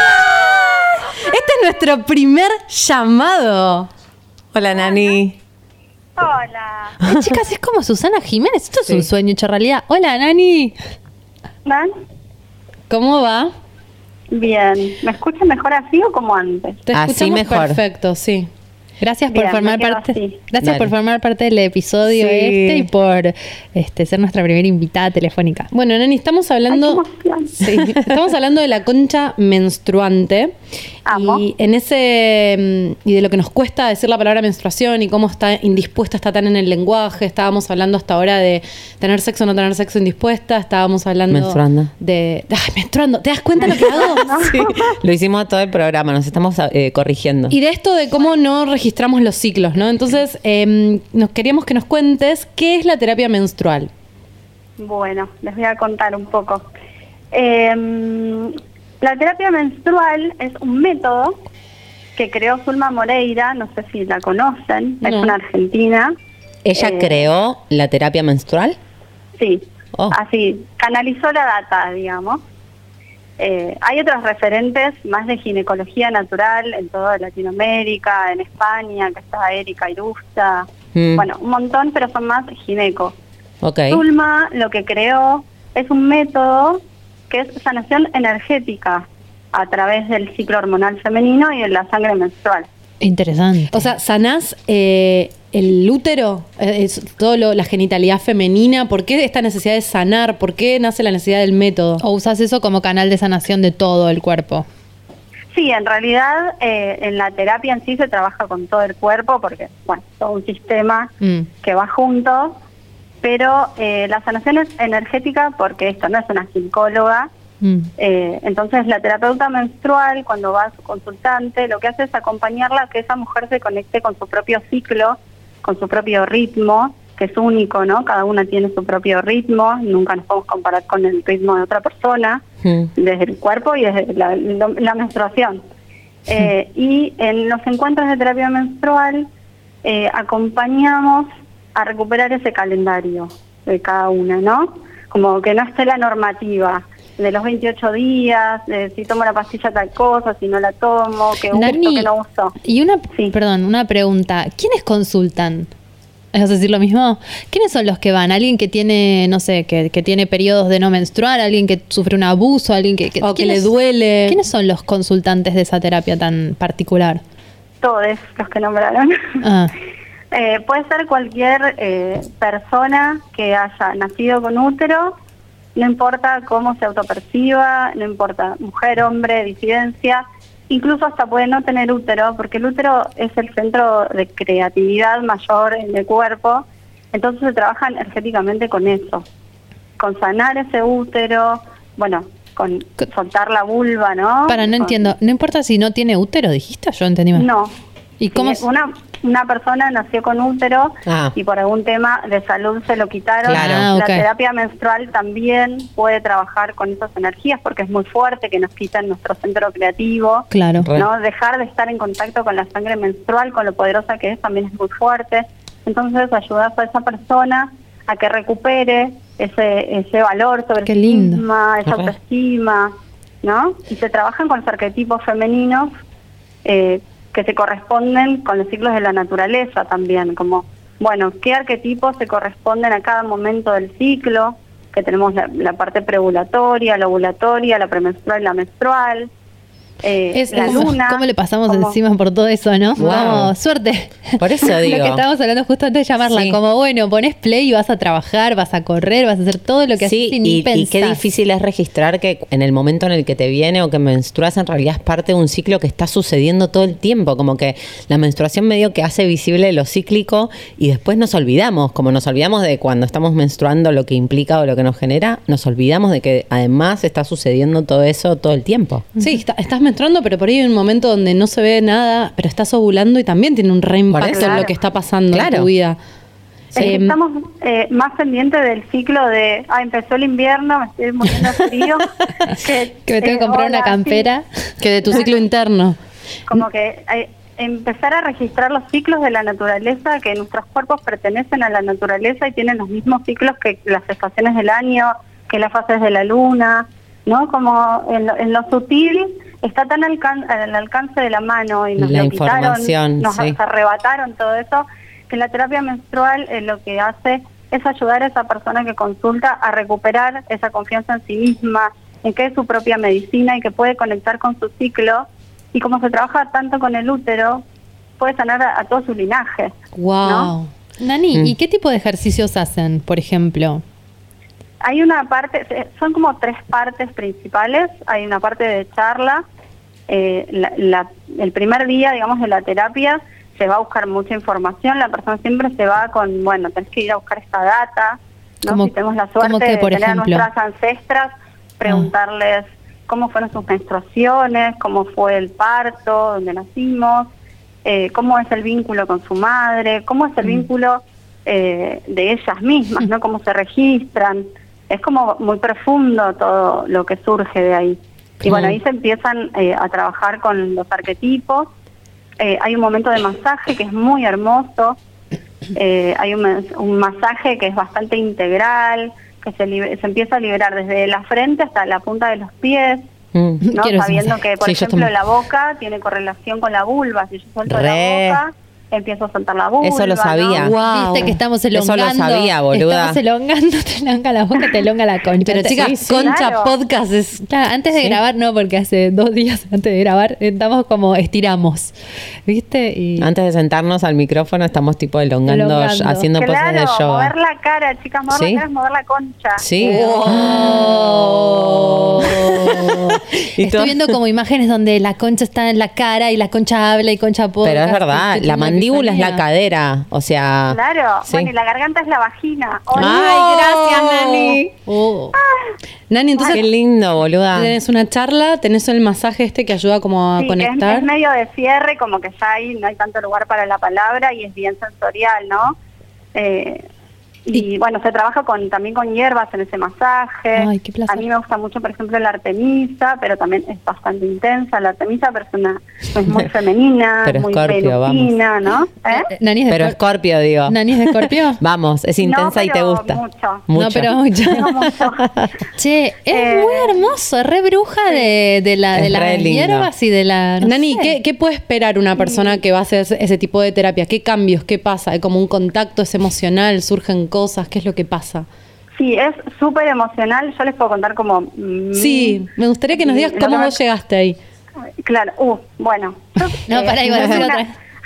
Este es nuestro primer llamado. Hola, Nani. Hola. Ay, chicas, es como Susana Jiménez. Esto es Sí. un sueño hecho realidad. Hola, Nani. ¿Van? ¿Cómo va? Bien. ¿Me escuchan mejor así o como antes? Te Así escuchamos mejor. perfecto, sí. Gracias por Bien, formar me quedo parte. así. Gracias Dale. por formar parte del episodio Sí. este y por este ser nuestra primera invitada telefónica. Bueno, Nani, estamos hablando, Ay, qué emoción. sí, estamos hablando de la concha menstruante. Amo. Y en ese mm, y de lo que nos cuesta decir la palabra menstruación y cómo está indispuesta, está tan en el lenguaje. Estábamos hablando hasta ahora de tener sexo o no tener sexo indispuesta. Estábamos hablando Menstruando. de ay, menstruando. ¿Te das cuenta lo que hago? Sí, lo hicimos todo el programa, nos estamos eh, corrigiendo. Y de esto de cómo no registramos los ciclos, ¿no? Entonces, eh, nos queríamos que nos cuentes qué es la terapia menstrual. Bueno, les voy a contar un poco. Eh, la terapia menstrual es un método que creó Zulma Moreira, no sé si la conocen, es No. una argentina. ¿Ella Eh, creó la terapia menstrual? Sí, Oh. así, canalizó la data, digamos. Eh, hay otros referentes más de ginecología natural en toda Latinoamérica, en España, que está Erika Irusta, Mm. bueno, un montón, pero son más ginecos. Ok. Zulma lo que creó es un método que es sanación energética a través del ciclo hormonal femenino y de la sangre menstrual. Interesante. O sea, sanás eh, el útero, eh, es todo lo- la genitalidad femenina. ¿Por qué esta necesidad de sanar? ¿Por qué nace la necesidad del método? o usas eso como canal de sanación de todo el cuerpo. Sí, en realidad eh, en la terapia en sí se trabaja con todo el cuerpo porque, bueno, todo un sistema Mm. que va junto, pero eh, la sanación es energética porque esto no es una psicóloga. Mm. Eh, entonces la terapeuta menstrual, cuando va a su consultante, lo que hace es acompañarla a que esa mujer se conecte con su propio ciclo, con su propio ritmo, que es único, ¿no? Cada una tiene su propio ritmo, nunca nos podemos comparar con el ritmo de otra persona, Mm. desde el cuerpo y desde la, lo- la menstruación. Eh, y en los encuentros de terapia menstrual eh, acompañamos a recuperar ese calendario de cada una, ¿no? Como que no esté la normativa de los veintiocho días, de si tomo la pastilla tal cosa, si no la tomo, que uso, Nani, que no uso. y una, Sí. perdón, una pregunta. ¿Quiénes consultan? ¿Es decir lo mismo? ¿Quiénes son los que van? ¿Alguien que tiene, no sé, que, que tiene periodos de no menstruar? ¿Alguien que sufre un abuso? ¿Alguien que, O que le ¿quiénes- duele. ¿Quiénes son los consultantes de esa terapia tan particular? Todos los que nombraron. Ah, Eh, puede ser cualquier eh, persona que haya nacido con útero, no importa cómo se autoperciba, no importa mujer, hombre, disidencia, incluso hasta puede no tener útero, porque el útero es el centro de creatividad mayor en el cuerpo, entonces se trabaja energéticamente con eso, con sanar ese útero, bueno, con soltar la vulva, ¿no? para, no Con- entiendo. No importa si no tiene útero, dijiste, yo entendí mal. No. ¿Y cómo Eh, es? Una, una persona nació con útero Ah. y por algún tema de salud se lo quitaron. Claro. Ah, La ok. terapia menstrual también puede trabajar con esas energías porque es muy fuerte, que nos quitan nuestro centro creativo. Claro. Re. ¿No? Dejar de estar en contacto con la sangre menstrual, con lo poderosa que es, también es muy fuerte. Entonces ayudas a esa persona a que recupere ese ese valor sobre Qué sí lindo. misma, esa Re. autoestima, ¿no? Y se trabajan con los arquetipos femeninos eh, que se corresponden con los ciclos de la naturaleza también, como, bueno, qué arquetipos se corresponden a cada momento del ciclo, que tenemos la, la parte preovulatoria, la ovulatoria, la premenstrual y la menstrual. Eh, Es- la es- luna. ¿Cómo le pasamos como- encima por todo eso, no? Wow. Vamos, suerte. Por eso digo. Lo que estábamos hablando justo antes de llamarla, Sí. como bueno, pones play y vas a trabajar, vas a correr, vas a hacer todo lo que Sí, haces y ni y, y qué pensás. difícil es registrar que en el momento en el que te viene o que menstruas en realidad es parte de un ciclo que está sucediendo todo el tiempo, como que la menstruación medio que hace visible lo cíclico y después nos olvidamos, como nos olvidamos de cuando estamos menstruando lo que implica o lo que nos genera, nos olvidamos de que además está sucediendo todo eso todo el tiempo. Sí, está- estás menstruando, pero por ahí hay un momento donde no se ve nada, pero estás ovulando y también tiene un re impacto eso. en lo Claro. que está pasando Claro. en tu vida. Es que Em, estamos eh, más pendientes del ciclo de, ah, empezó el invierno, me estoy muriendo de frío. que, Que me tengo que eh, comprar una hola, campera. que de tu ciclo interno. sí, como que eh, empezar a registrar los ciclos de la naturaleza, que nuestros cuerpos pertenecen a la naturaleza y tienen los mismos ciclos que las estaciones del año, que las fases de la luna, ¿no? Como en lo, en lo sutil está tan alcan- al alcance de la mano y nos La lo quitaron, información, nos sí. arrebataron todo eso, que la terapia menstrual eh, lo que hace es ayudar a esa persona que consulta a recuperar esa confianza en sí misma, en que es su propia medicina y que puede conectar con su ciclo. Y como se trabaja tanto con el útero, puede sanar a, a todo su linaje. Wow. ¿no? Nani, Mm. ¿y qué tipo de ejercicios hacen, por ejemplo? Hay una parte, son como tres partes principales. Hay una parte de charla. Eh, la, la, el primer día, digamos, de la terapia, se va a buscar mucha información. La persona siempre se va con, bueno, tenés que ir a buscar esta data, ¿no? ¿Cómo- Si tenemos la cómo suerte qué, de por tener ejemplo? a nuestras ancestras, preguntarles cómo fueron sus menstruaciones, cómo fue el parto, dónde nacimos, eh, cómo es el vínculo con su madre, cómo es el Mm. vínculo eh, de ellas mismas, ¿no? Cómo se registran. Es como muy profundo todo lo que surge de ahí. Y bueno, ahí se empiezan eh, a trabajar con los arquetipos. Eh, hay un momento de masaje que es muy hermoso. Eh, hay un, mas- un masaje que es bastante integral, que se, libe- se empieza a liberar desde la frente hasta la punta de los pies, Mm. ¿no? Quiero ese Sabiendo masaje. que, por Sí, yo ejemplo, también. la boca tiene correlación con la vulva. Si yo suelto Re. la boca, empiezo a soltar la vulva. Eso lo ¿no? sabía. Wow. Viste que estamos Eso lo elongando. sabía, boluda. Estamos elongando, te elonga la boca, te elonga la concha. Pero Te- chicas, sí, sí. Concha Claro. Podcast es... Claro, antes de Sí. grabar, no, porque hace dos días antes de grabar, estamos como estiramos, ¿viste? Y Antes de sentarnos al micrófono estamos tipo elongando, Elongando. haciendo poses Claro, de yoga. mover la cara, chicas, mover ¿Sí? la cara es mover la concha. Sí. Oh. Y estoy todo- viendo como imágenes donde la concha está en la cara y la concha habla y concha podcast. Pero es verdad, Estoy la teniendo mandíbula es la epifanía. cadera, o sea... Claro, sí. bueno, y la garganta es la vagina. ¡Oh, Ay, gracias, Nani. Oh. Nani, entonces Qué lindo, boluda. tenés una charla, tenés el masaje este que ayuda como a Sí, que es, conectar. es medio de cierre, como que ya ahí no hay tanto lugar para la palabra y es bien sensorial, ¿no? Eh, y, bueno, se trabaja con también con hierbas en ese masaje. Ay, qué placer. A mí me gusta mucho, por ejemplo, la artemisa, pero también es bastante intensa. La artemisa, pero es, una, es muy femenina, Pero muy Escorpio, vamos. peluquina, ¿no? ¿Eh? Eh, Nani es de Pero Escor- Escorpio, digo. ¿Nani es de Escorpio? Vamos, es intensa No, y te pero gusta. mucho. No, pero mucho. Tengo mucho. Che, es Eh, muy hermoso, es re bruja de, de, la, de Es las re lindo. hierbas y de la... no Nani, sé. ¿qué, ¿qué puede esperar una persona que va a hacer ese, ese tipo de terapia? ¿Qué cambios? ¿Qué pasa? ¿Hay como un contacto? ¿Es emocional? ¿Surgen cosas? ¿Qué es lo que pasa? Sí, es súper emocional. Yo les puedo contar como... mm, Sí, me gustaría que nos digas lo cómo que me- vos llegaste ahí. Claro, uh, bueno. Yo, No, pará, iba a soy decir luna- otra.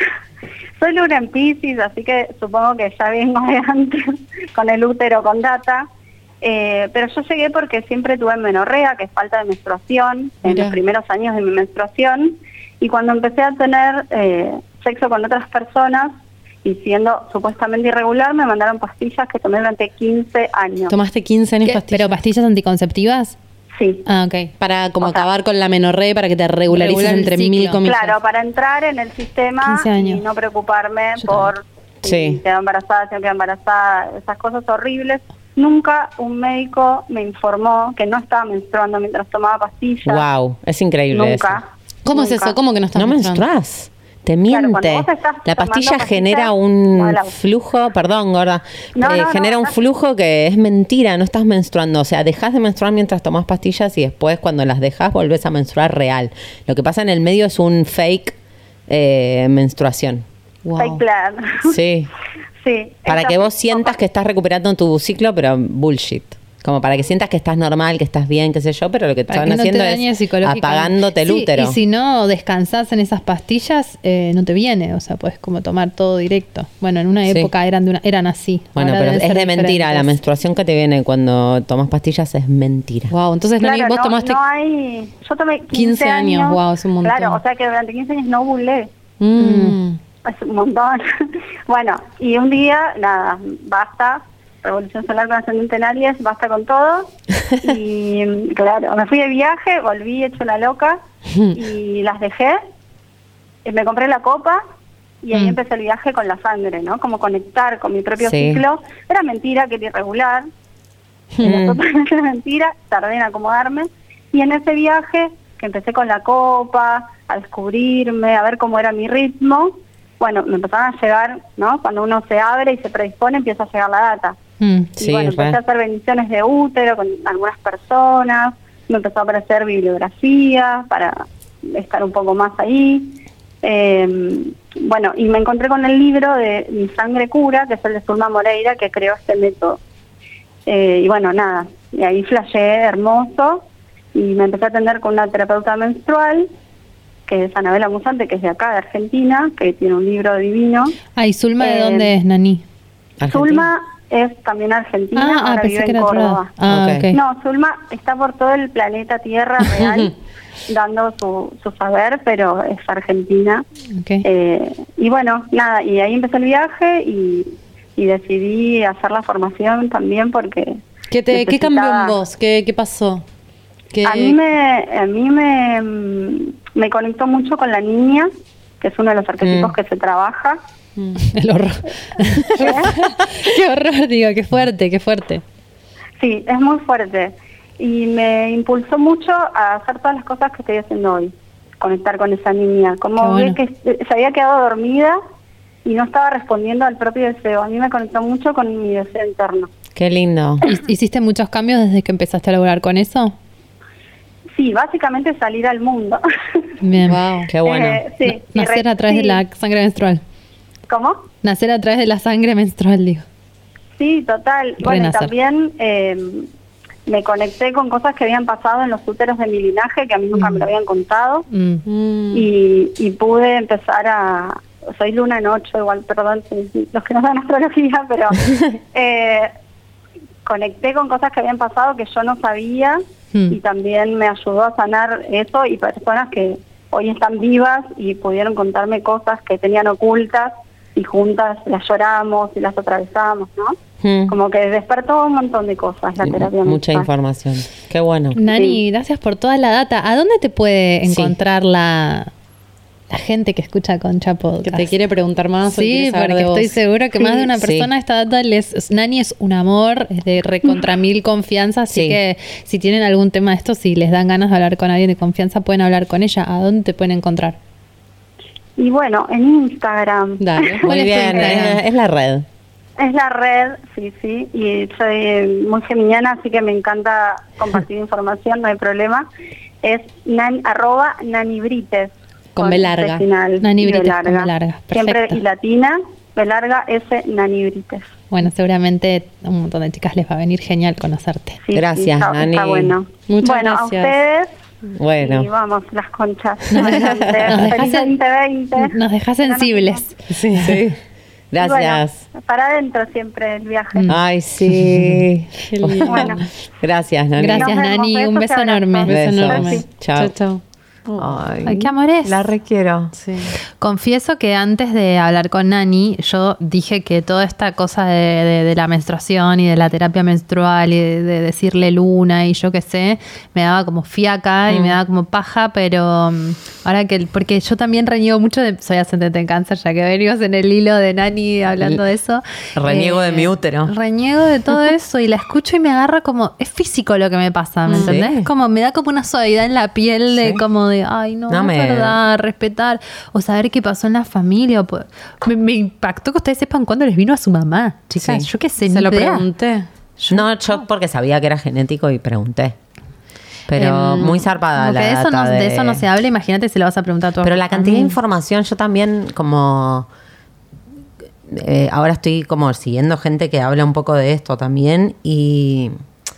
Soy luna en Piscis, así que supongo que ya vengo de antes con el útero con data. Eh, pero yo llegué porque siempre tuve menorrea, que es falta de menstruación, en Mirá. los primeros años de mi menstruación. Y cuando empecé a tener eh, sexo con otras personas, y siendo supuestamente irregular, me mandaron pastillas que tomé durante quince años. ¿Tomaste quince años ¿Qué? pastillas? ¿Pero pastillas anticonceptivas? Sí. Ah, ok. Para como O sea, acabar con la menorrea, para que te regularices regular el entre ciclo. mil comillas. Claro, para entrar en el sistema quince años. y no preocuparme Yo por Sí. si quedo embarazada, si no quedo embarazada, esas cosas horribles. Nunca un médico me informó que no estaba menstruando mientras tomaba pastillas. Wow, es increíble Nunca. ¿Cómo es Nunca. eso? ¿Cómo que no eso. estás No menstruando? menstruás. Te Claro, miente. cuando vos estás La tomando pastilla pastillas, genera no un la- flujo, perdón, gorda. No, eh, no, no, genera un no. flujo que es mentira, no estás menstruando. O sea, dejas de menstruar mientras tomas pastillas y después cuando las dejas volvés a menstruar real. Lo que pasa en el medio es un fake eh, menstruación. Wow. Fake plan. Sí. Sí. Para Esa- que vos sientas que estás recuperando tu ciclo, pero bullshit. Como para que sientas que estás normal, que estás bien, qué sé yo, pero lo que te Para están que no te haciendo dañes es psicológicamente. apagándote el Sí, útero. y si no descansás en esas pastillas, eh, no te viene. O sea, puedes como tomar todo directo. Bueno, en una Sí. época eran, de una, eran así. Bueno, Ahora pero deben es ser de mentira. La diferentes. menstruación que te viene cuando tomas pastillas es mentira. Wow, entonces Nani, Claro, vos no, tomaste... no hay... Yo tomé quince, quince años, guau, es un montón. Claro, o sea que durante quince años no ovulé. Mm. Es un montón. Bueno, y un día, nada, basta, revolución solar con ascendente en Aries, basta con todo. Y claro, me fui de viaje, volví hecho una loca y las dejé. Y me compré la copa y ahí Mm. empecé el viaje con la sangre, ¿no? Como conectar con mi propio Sí. ciclo. Era mentira que era irregular, Mm. era totalmente mentira, tardé en acomodarme. Y en ese viaje, que empecé con la copa, a descubrirme, a ver cómo era mi ritmo, bueno, me empezaron a llegar, ¿no? Cuando uno se abre y se predispone, empieza a llegar la data. Mm. Sí, y bueno, re. empecé a hacer bendiciones de útero con algunas personas, me empezó a aparecer bibliografía para estar un poco más ahí. Eh, bueno, y me encontré con el libro de Mi Sangre Cura, que es el de Zulma Moreira, que creó este método. Eh, y bueno, nada, y ahí flasheé hermoso y me empecé a atender con una terapeuta menstrual que es Anabela Musante, que es de acá, de Argentina, que tiene un libro divino. Ay, Zulma, ¿de Eh, dónde es, Nani? Zulma es también argentina, Ah, ah, ahora pensé vive que en era otro lado. Córdoba. Ah, Ok. ok. No, Zulma está por todo el planeta Tierra real, dando su, su saber, pero es argentina. Ok. Eh, y bueno, nada, y ahí empezó el viaje y, y decidí hacer la formación también porque... ¿Qué, te, ¿qué cambió en necesitaba- vos? ¿Qué, qué pasó? ¿Qué- A mí me, a mí me, mm, me conectó mucho con la niña, que es uno de los arquetipos Mm. que se trabaja. El horror. Qué horror, digo, qué fuerte, qué fuerte. Sí, es muy fuerte. Y me impulsó mucho a hacer todas las cosas que estoy haciendo hoy. Conectar con esa niña. Como Qué bueno. vi que se había quedado dormida y no estaba respondiendo al propio deseo. A mí me conectó mucho con mi deseo interno. Qué lindo. ¿Hi- ¿Hiciste muchos cambios desde que empezaste a laburar con eso? Sí, básicamente salir al mundo. Bien. Wow. Qué bueno. Eh, sí, y Nacer re- a través de sí. la sangre menstrual. ¿Cómo? Nacer a través de la sangre menstrual, digo. Sí, total. Bueno, y Renacer. también eh, me conecté con cosas que habían pasado en los úteros de mi linaje, que a mí nunca me lo habían contado. Mm. Mm. y, y pude empezar a... Soy luna en ocho, igual, perdón, si- los que no saben astrología, pero eh, conecté con cosas que habían pasado que yo no sabía Hmm. y también me ayudó a sanar eso y personas que hoy están vivas y pudieron contarme cosas que tenían ocultas y juntas las lloramos y las atravesamos, ¿no? Mm. Como que despertó un montón de cosas la terapia Mucha menstrual. información. Qué bueno. Nani, gracias por toda la data. ¿A dónde te puede Sí. encontrar la, la gente que escucha Concha Que Podcast? te quiere preguntar más. o Sí, quiere saber porque de vos. estoy segura que Sí. más de una Sí. persona esta data les... Nani es un amor, es de recontra mil confianza, así Sí. que si tienen algún tema de esto, si les dan ganas de hablar con alguien de confianza, pueden hablar con ella. ¿A dónde te pueden encontrar? Y bueno, en Instagram. Dale. ¿Cuál Muy es tu bien. Instagram? Es, es la red. Es la red, sí, sí, y soy eh, muy geminiana, así que me encanta compartir información, no hay problema. Es nan, arroba nanibrites. Con B larga. S final, Nani y B Brites, con B larga, Siempre perfecto. y latina, B larga, S nanibrites. Bueno, seguramente a un montón de chicas les va a venir genial conocerte. Sí, Gracias, sí, está, Nani. está bueno. Muchas bueno, gracias. a ustedes. Bueno. Y vamos, las conchas. Nos Adelante. dejas Feliz en- veinte veinte. Nos dejas sensibles. Sí. sí. Gracias. Bueno, para adentro siempre el viaje. Mm. Ay, sí. Qué lindo. Bueno. Gracias, Nani. Gracias, Nos vemos. Nani. Un Besos y beso abrazos. enorme. Beso Besos. enorme. Chao. Chao, chao. Ay, Ay, qué amores. La requiero. Sí. Confieso que antes de hablar con Nani, yo dije que toda esta cosa de, de- de la menstruación y de la terapia menstrual y de, de decirle luna y yo qué sé, me daba como fiaca y me daba como paja, pero um, ahora que, porque yo también reniego mucho de, soy ascendente en cáncer, ya que venimos en el hilo de Nani hablando de eso. Reniego Eh, de mi útero. Reniego de todo eso y la escucho y me agarra como, es físico lo que me pasa, ¿me Sí. entendés? Como me da como una suavidad en la piel de Sí. como de, ay, no, No es me- verdad, respetar, o saber qué pasó en la familia. o po- me, me impactó que ustedes sepan cuándo les vino a su mamá, chicas. Sí. Yo qué sé, Se ni lo idea. pregunté. No, yo porque sabía que era genético y pregunté. Pero Em, muy zarpada como la que de eso, data no, de... de- eso no se habla, imagínate si lo vas a preguntar a tu Pero la cantidad de familia. información, yo también como... eh, ahora estoy como siguiendo gente que habla un poco de esto también y,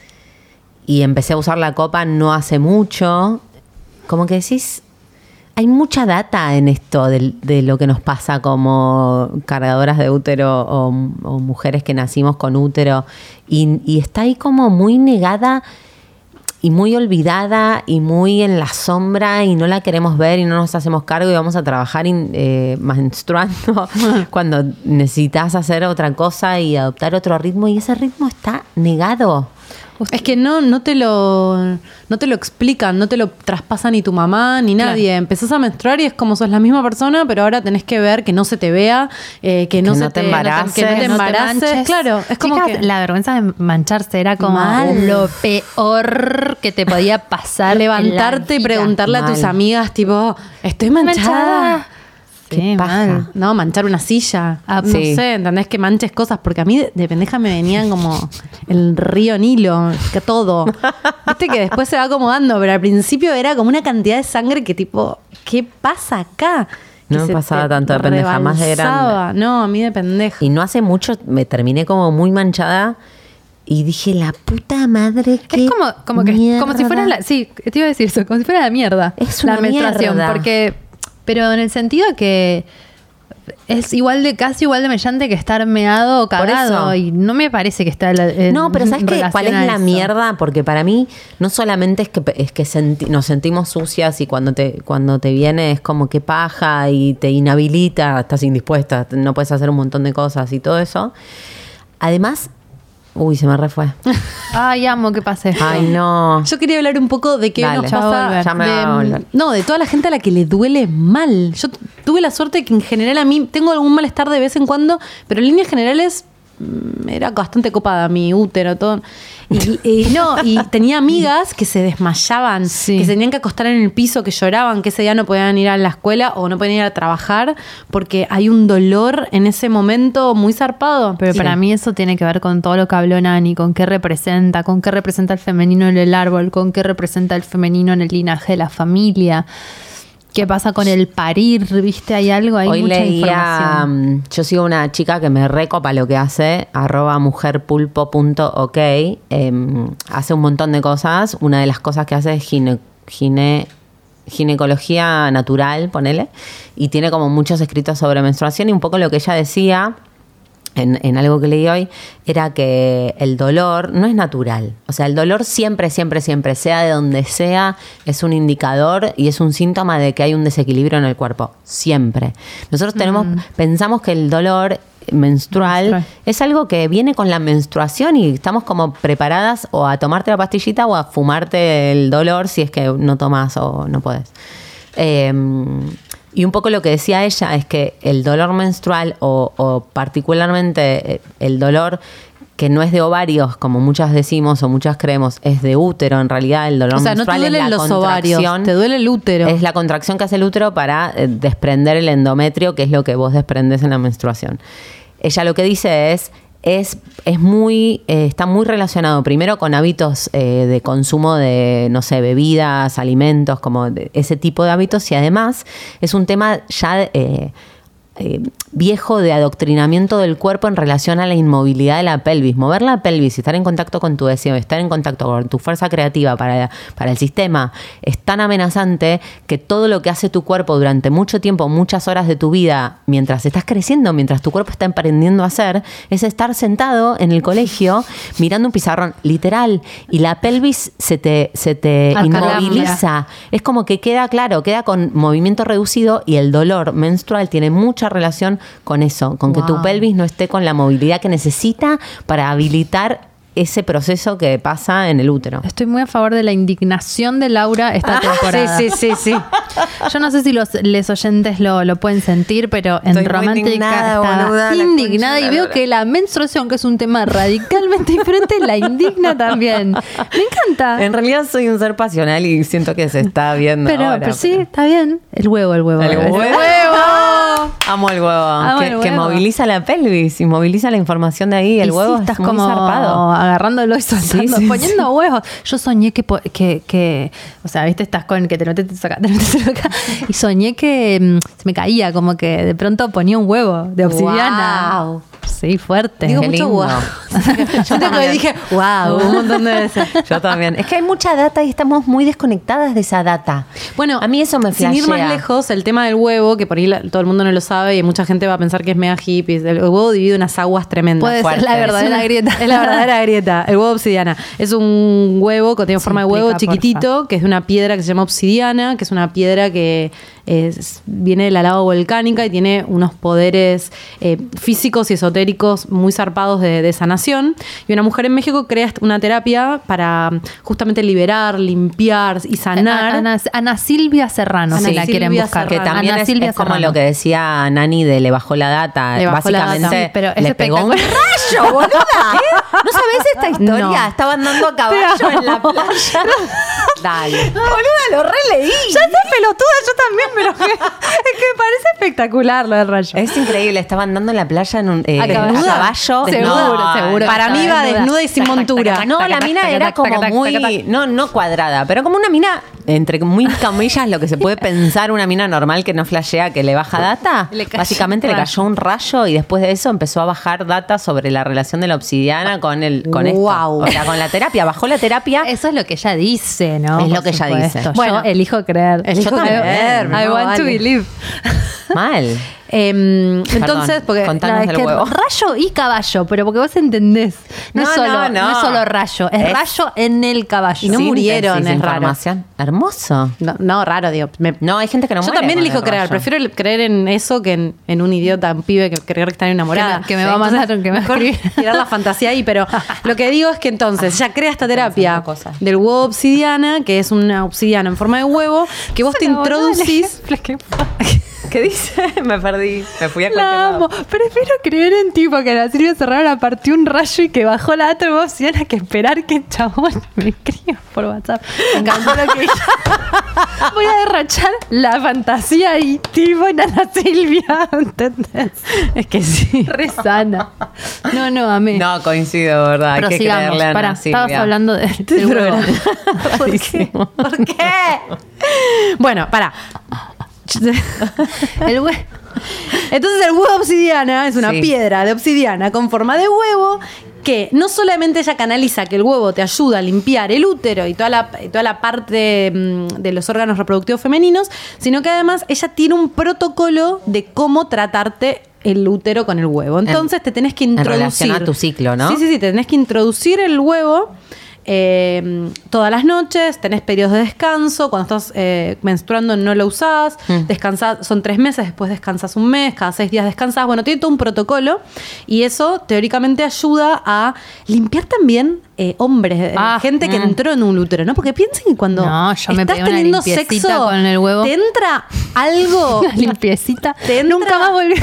y empecé a usar la copa no hace mucho. Como que decís, hay mucha data en esto de, de lo que nos pasa como cargadoras de útero o, o mujeres que nacimos con útero y, y está ahí como muy negada y muy olvidada y muy en la sombra y no la queremos ver y no nos hacemos cargo y vamos a trabajar in- eh, menstruando cuando necesitas hacer otra cosa y adoptar otro ritmo y ese ritmo está negado. Es que no, no te lo, no te lo explican, no te lo traspasa ni tu mamá ni nadie. Empezás a menstruar y es como sos la misma persona, pero ahora tenés que ver que no se te vea, eh, que, no Que se no te embaraces, que no te Que no te embaraces. manches. Claro, es como Chicas, que la vergüenza de mancharse era como Mal. lo peor que te podía pasar. levantarte y en la vida. preguntarle a tus Mal. amigas, tipo, estoy manchada. Manchada. Qué paja. mal. No, manchar una silla. Ah, no sí. sé, ¿entendés? Que manches cosas. Porque a mí de, de pendeja me venían como el río Nilo, que todo. Viste que después se va acomodando, pero al principio era como una cantidad de sangre que tipo, ¿qué pasa acá? No Que me se pasaba te tanto de pendeja, más de grande. rebalsaba. No, a mí de pendeja. Y no hace mucho me terminé como muy manchada Y dije, la puta madre que Es como, como que como si fuera la, sí, te iba a decir eso, como si fuera la mierda. Es una la menstruación, mierda. porque pero en el sentido que es igual de casi igual de mellante que estar meado o cagado y no me parece que está la, en, no, pero ¿sabes qué? ¿Cuál es la eso. mierda? Porque para mí no solamente es que es que senti- nos sentimos sucias y cuando te cuando te viene es como que paja y te inhabilita, estás indispuesta, no puedes hacer un montón de cosas y todo eso. Además, uy, se me refue. Ay, amo que pase esto. Ay, no. Yo quería hablar un poco de qué Dale. nos Ya pasa. va a volver. Ya me va a de, volver. no, de toda la gente a la que le duele mal. Yo t- tuve la suerte de que en general a mí tengo algún malestar de vez en cuando, pero en líneas generales mm, era bastante copada mi útero, todo. Y, y no, y tenía amigas que se desmayaban, Sí. que se tenían que acostar en el piso, que lloraban, que ese día no podían ir a la escuela o no podían ir a trabajar porque hay un dolor en ese momento muy zarpado. Pero para mí eso tiene que ver con todo lo que habló Nani, con qué representa, con qué representa el femenino en el árbol, con qué representa el femenino en el linaje de la familia. ¿Qué pasa con el parir? ¿Viste? Hay algo, hay Hoy mucha leía, información. mm, yo sigo una chica que me recopa lo que hace, arroba mujerpulpo punto ok, eh, hace un montón de cosas. Una de las cosas que hace es gine, gine, ginecología natural, ponele, y tiene como muchos escritos sobre menstruación y un poco lo que ella decía En, en algo que leí hoy, era que el dolor no es natural. O sea, el dolor siempre, siempre, siempre, sea de donde sea, es un indicador y es un síntoma de que hay un desequilibrio en el cuerpo. Siempre. Nosotros tenemos, mm. pensamos que el dolor menstrual, menstrual es algo que viene con la menstruación y estamos como preparadas o a tomarte la pastillita o a fumarte el dolor si es que no tomas o no podés. Eh, Y un poco lo que decía ella es que el dolor menstrual o, o particularmente el dolor que no es de ovarios, como muchas decimos o muchas creemos, es de útero. En realidad el dolor o sea, menstrual no te duelen es la los contracción. Ovarios, te duele el útero. Es la contracción que hace el útero para eh, desprender el endometrio, que es lo que vos desprendés en la menstruación. Ella lo que dice es... Es, es muy, eh, está muy relacionado primero con hábitos eh, de consumo de, no sé, bebidas, alimentos, como de ese tipo de hábitos, y además es un tema ya eh, eh, viejo de adoctrinamiento del cuerpo en relación a la inmovilidad de la pelvis. Mover la pelvis y estar en contacto con tu deseo, estar en contacto con tu fuerza creativa para, para el sistema es tan amenazante que todo lo que hace tu cuerpo durante mucho tiempo, muchas horas de tu vida, mientras estás creciendo, mientras tu cuerpo está emprendiendo a hacer, es estar sentado en el colegio mirando un pizarrón, literal, y la pelvis se te, se te inmoviliza. Es como que queda, claro, queda con movimiento reducido y el dolor menstrual tiene mucha relación con eso, con wow. que tu pelvis no esté con la movilidad que necesita para habilitar ese proceso que pasa en el útero. Estoy muy a favor de la indignación de Laura esta ah, temporada. Sí, sí, sí, sí. Yo no sé si los les oyentes lo, lo pueden sentir, pero en Estoy Romántica indignada, está boluda, indignada y veo que la menstruación, que es un tema radicalmente diferente, la indigna también. Me encanta. En realidad soy un ser pasional y siento que se está viendo pero, ahora. Pero sí, pero... está bien. El huevo, el huevo. El huevo. El huevo. Amo el huevo. Amo que, el huevo. Que moviliza la pelvis y moviliza la información de ahí. El y huevo sí, estás es muy como zarpado. agarrándolo y soltando, sí, sí, poniendo sí. huevos. Yo soñé que, que, que, o sea, viste, estás con que te metes acá, te metes acá. Y soñé que mmm, se me caía, como que de pronto ponía un huevo de obsidiana. Wow. Sí, fuerte. Digo Qué mucho lindo. wow. Yo también dije, wow, un montón de veces. Yo también. Es que hay mucha data y estamos muy desconectadas de esa data. Bueno, a mí eso me flashea. Sin ir más lejos, el tema del huevo, que por ahí la, todo el mundo no lo sabe y mucha gente va a pensar que es mega hippie. El huevo divide unas aguas tremendas. Puede fuerte. ser la verdadera es una, grieta. Es la verdadera grieta. El huevo obsidiana. Es un huevo que tiene sí, forma de huevo explica, chiquitito, porfa. que es de una piedra que se llama obsidiana, que es una piedra que es, viene de la lava volcánica y tiene unos poderes eh, físicos y esotéricos muy zarpados de, de sanación. Y una mujer en México crea una terapia para justamente liberar, limpiar y sanar. Ana, Ana Silvia Serrano, Ana si la Silvia quieren buscar. Que también Ana es, Silvia es como Serrano. lo que decía Nani de le bajó la data. Le bajó Básicamente la data. Sí, pero es le pegó un rayo, boluda. ¿Eh? ¿No sabés esta historia? No. Estaban andando a caballo en la playa. Dale. Boluda, lo releí. Ya sé, pelotuda, yo también, pero es que me parece espectacular lo del rayo. Es increíble, estaban andando en la playa en un eh, ¿A caballo? a caballo. Seguro, No, seguro. Para mí va desnuda y sin montura. No, la mina era como muy, no, no cuadrada, pero como una mina entre muy comillas, lo que se puede pensar una mina normal que no flashea, que le baja data. Le cayó Básicamente un le cayó un rayo y después de eso empezó a bajar data sobre la relación de la obsidiana con el con Wow. esto. O sea, con la terapia. Bajó la terapia. Eso es lo que ella dice, ¿no? Es lo Por que ella supuesto. dice. Bueno, yo elijo creer. elijo Yo también. creer, I no, want vale. to believe. Mal. Eh, entonces, porque contanos No, es del que huevo. rayo y caballo, pero porque vos entendés. No, No, es, solo, no, no. no. es solo rayo, es, Es- rayo en el caballo. Y no murieron, Síntesis de es raro. información. Hermoso. no, no, raro, digo. me- No, hay gente que no Yo muere también con elijo el creer, rayo. prefiero el- creer en eso que en, en un idiota, un pibe que creer que está enamorada. Que me- que me va a mandar, que me va a mejor escribir. tirar la fantasía ahí, pero lo que digo es que entonces ella crea esta terapia Pensando cosas. del huevo obsidiana, que es una obsidiana en forma de huevo, que vos te introducís. ¿Qué dice? Me perdí. Me fui a cualquier La lado. amo. Prefiero creer en tipo que la Silvia Serrano partió un rayo y que bajó la data de obsidiana que esperar que el chabón me escriba por WhatsApp. Me encantó lo que dije. Voy a derrochar la fantasía y tipo en Ana Silvia, ¿entendés? Es que sí. Re sana. No, no, amé. No, coincido, ¿verdad? Hay Pero que sigamos. creerle a Ana Pará, Silvia. estabas hablando de, del huevo. ¿Por qué? ¿Por qué? Bueno, pará. El huevo. Entonces el huevo obsidiana es una Sí. piedra de obsidiana con forma de huevo que no solamente ella canaliza que el huevo te ayuda a limpiar el útero y toda la, y toda la parte mm, de los órganos reproductivos femeninos, sino que además ella tiene un protocolo de cómo tratarte el útero con el huevo. Entonces En- te tenés que en introducir. relación a tu ciclo, ¿no? Sí, sí, sí, te tenés que introducir el huevo. eh, todas las noches, tenés periodos de descanso, cuando estás eh, menstruando no lo usás, Mm. descansás, son tres meses, después descansas un mes, cada seis días descansás, bueno, tiene todo un protocolo y eso teóricamente ayuda a limpiar también eh, hombres, eh, Ah, gente que mm. entró en un útero, ¿no? Porque piensen que cuando No, yo me estás pegué una teniendo limpiecita sexo, con el huevo. te entra algo Una limpiecita. Te entra- Nunca más volví.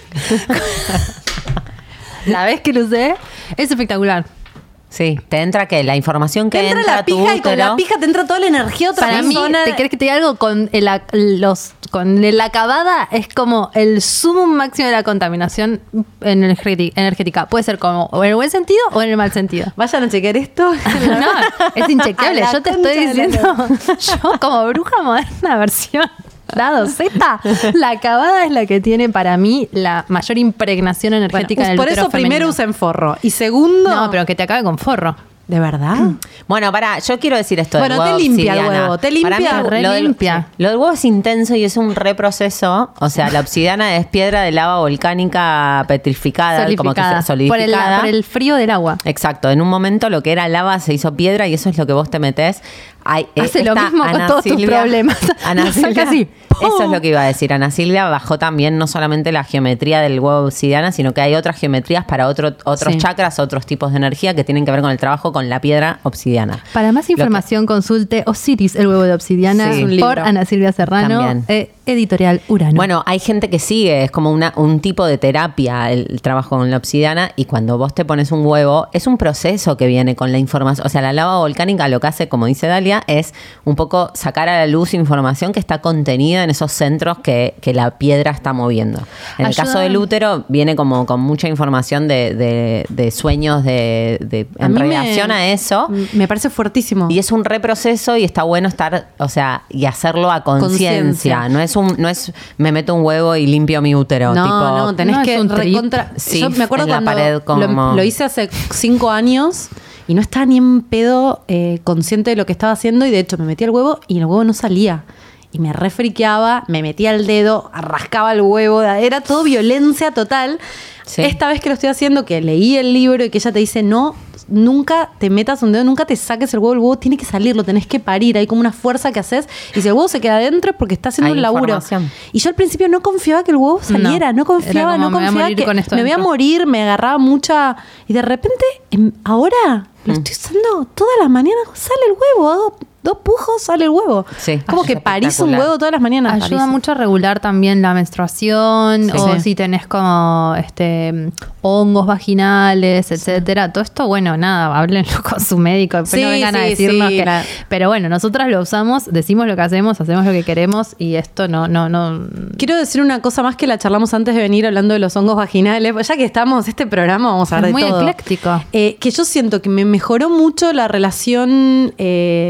La vez que lo usé es espectacular. Sí, te entra que la información que te entra entra, la a tu pija y con útero- la pija te entra toda la energía a otra Para mí, persona. ¿te crees que te diga algo con el, ac- los con la acabada? Es como el sumo máximo de la contaminación energeti- energética. Puede ser como o en el buen sentido o en el mal sentido. Vayan a chequear esto. No, es inchequeable. A la Yo te concha estoy de la diciendo, yo como bruja moderna versión grado Z, la acabada es la que tiene para mí la mayor impregnación Bueno, energética en el por útero eso primero femenino. usen forro. Y segundo. No, pero que te acabe con forro. ¿De verdad? Bueno, pará, yo quiero decir esto Bueno, del huevo te limpia el obsidiana. huevo, te Para limpia. mí, Re lo del- limpia. Lo del huevo es intenso y es un reproceso. O sea, la obsidiana es piedra de lava volcánica petrificada, como que Solidificada. se- solidificada. Por el, por el frío del agua. Exacto, en un momento lo que era lava se hizo piedra y eso es lo que vos te metés. Hay, Hace lo esta mismo con Ana todos tus Silvia- problemas. Ana Lo saca Silvia- así. Eso es lo que iba a decir. Ana Silvia bajó también no solamente la geometría del huevo obsidiana, sino que hay otras geometrías para otro, otros Sí. chakras, otros tipos de energía que tienen que ver con el trabajo con la piedra obsidiana. Para más información, consulte Osiris, el huevo de obsidiana, Sí. Un por libro. Ana Silvia Serrano, También. eh, editorial Urano. Bueno, hay gente que sigue, es como una, un tipo de terapia el, el trabajo con la obsidiana y cuando vos te pones un huevo, es un proceso que viene con la información. O sea, la lava volcánica lo que hace, como dice Dalia, es un poco sacar a la luz información que está contenida en esos centros que, que la piedra está moviendo. En el Ayuda- caso del útero, viene como con mucha información de, de- de sueños de, de- A en mí me- relación a eso. Me parece fuertísimo. Y es un reproceso y está bueno estar, o sea, y hacerlo a conciencia. Conciencia. No es un, no es me meto un huevo y limpio mi útero. No, tipo, no, tenés no es que un trip. recontra. Sí, Yo me acuerdo en la cuando pared como- lo, lo hice hace cinco años y no estaba ni en pedo eh, consciente de lo que estaba haciendo y de hecho me metí el huevo y el huevo no salía. Y me refriqueaba, me metía el dedo, rascaba el huevo, era todo violencia total. Sí. Esta vez que lo estoy haciendo, que leí el libro y que ella te dice, no, nunca te metas un dedo, nunca te saques el huevo, el huevo tiene que salir, lo tenés que parir, hay como una fuerza que haces y si el huevo se queda adentro es porque está haciendo Hay un laburo. información. Y yo al principio no confiaba que el huevo saliera, no, No, confiaba, era como, no me voy a confiaba morir que con esto me voy a dentro. morir, me agarraba mucha... Y de repente, em, ahora lo estoy usando todas las mañanas, sale el huevo, hago dos pujos, sale el huevo. Sí. Como Ah, que es parís un espectacular. huevo todas las mañanas. Ayuda parís. mucho a regular también la menstruación Sí. o Sí. si tenés como este hongos vaginales, etcétera. Todo esto, bueno, nada, háblenlo con su médico, después no Sí, vengan a sí, decirnos sí, que... la- Pero bueno, nosotras lo usamos, decimos lo que hacemos, hacemos lo que queremos y esto no, no, no... Quiero decir una cosa más que la charlamos antes de venir hablando de los hongos vaginales. Pues ya que estamos, este programa vamos a Es hablar muy de todo. ecléctico. Eh, que yo siento que me mejoró mucho la relación eh, de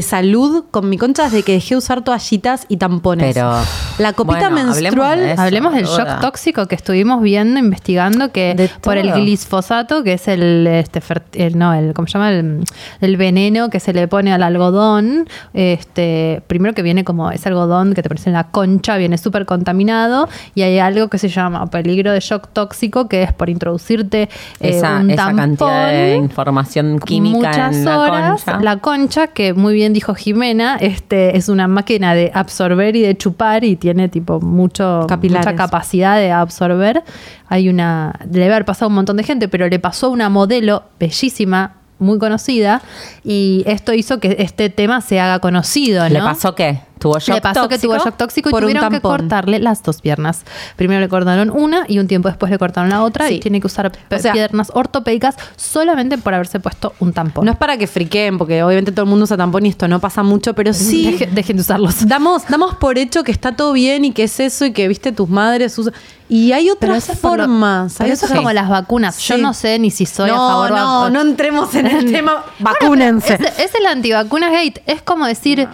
salud con mi concha desde que dejé de usar toallitas y tampones. Pero la copita bueno, menstrual... hablemos de eso, Hablemos del boluda. shock tóxico que estuvimos viendo, investigando, que De por el todo. glifosato, que es el, este, fer- el- no, el, ¿cómo se llama? El, el veneno que se le pone al algodón. Este, primero que viene como ese algodón que te pones en la concha, viene súper contaminado, y hay algo que se llama peligro de shock tóxico, que es por introducirte eh, esa, un esa tampón. cantidad de información química Muchas en la horas. concha. La concha, que muy bien dijo Jimena, este es una máquina de absorber y de chupar y tiene tipo mucho Capilares. mucha capacidad de absorber. Hay una, le debe haber pasado a un montón de gente, pero le pasó a una modelo bellísima, muy conocida, y esto hizo que este tema se haga conocido, ¿no? ¿Le pasó qué? ¿Tuvo shock Le pasó que tóxico? tuvo shock tóxico y Por un tuvieron que tampón. cortarle las dos piernas. Primero le cortaron una y un tiempo después le cortaron la otra, Sí. y tiene que usar pe- O sea, piernas ortopédicas solamente por haberse puesto un tampón. No es para que friqueen, porque obviamente todo el mundo usa tampón y esto no pasa mucho, pero sí... Deje- dejen de usarlos. Damos, damos por hecho que está todo bien y que es eso y que, viste, tus madres usan... Y hay Pero otras eso es por lo- formas. pero hay eso es otras- como las vacunas. Yo Sí. no sé ni si soy no, a favor no, o no entremos en el tema. Vacúnense. Es, es el antivacunas gate. Es como decir.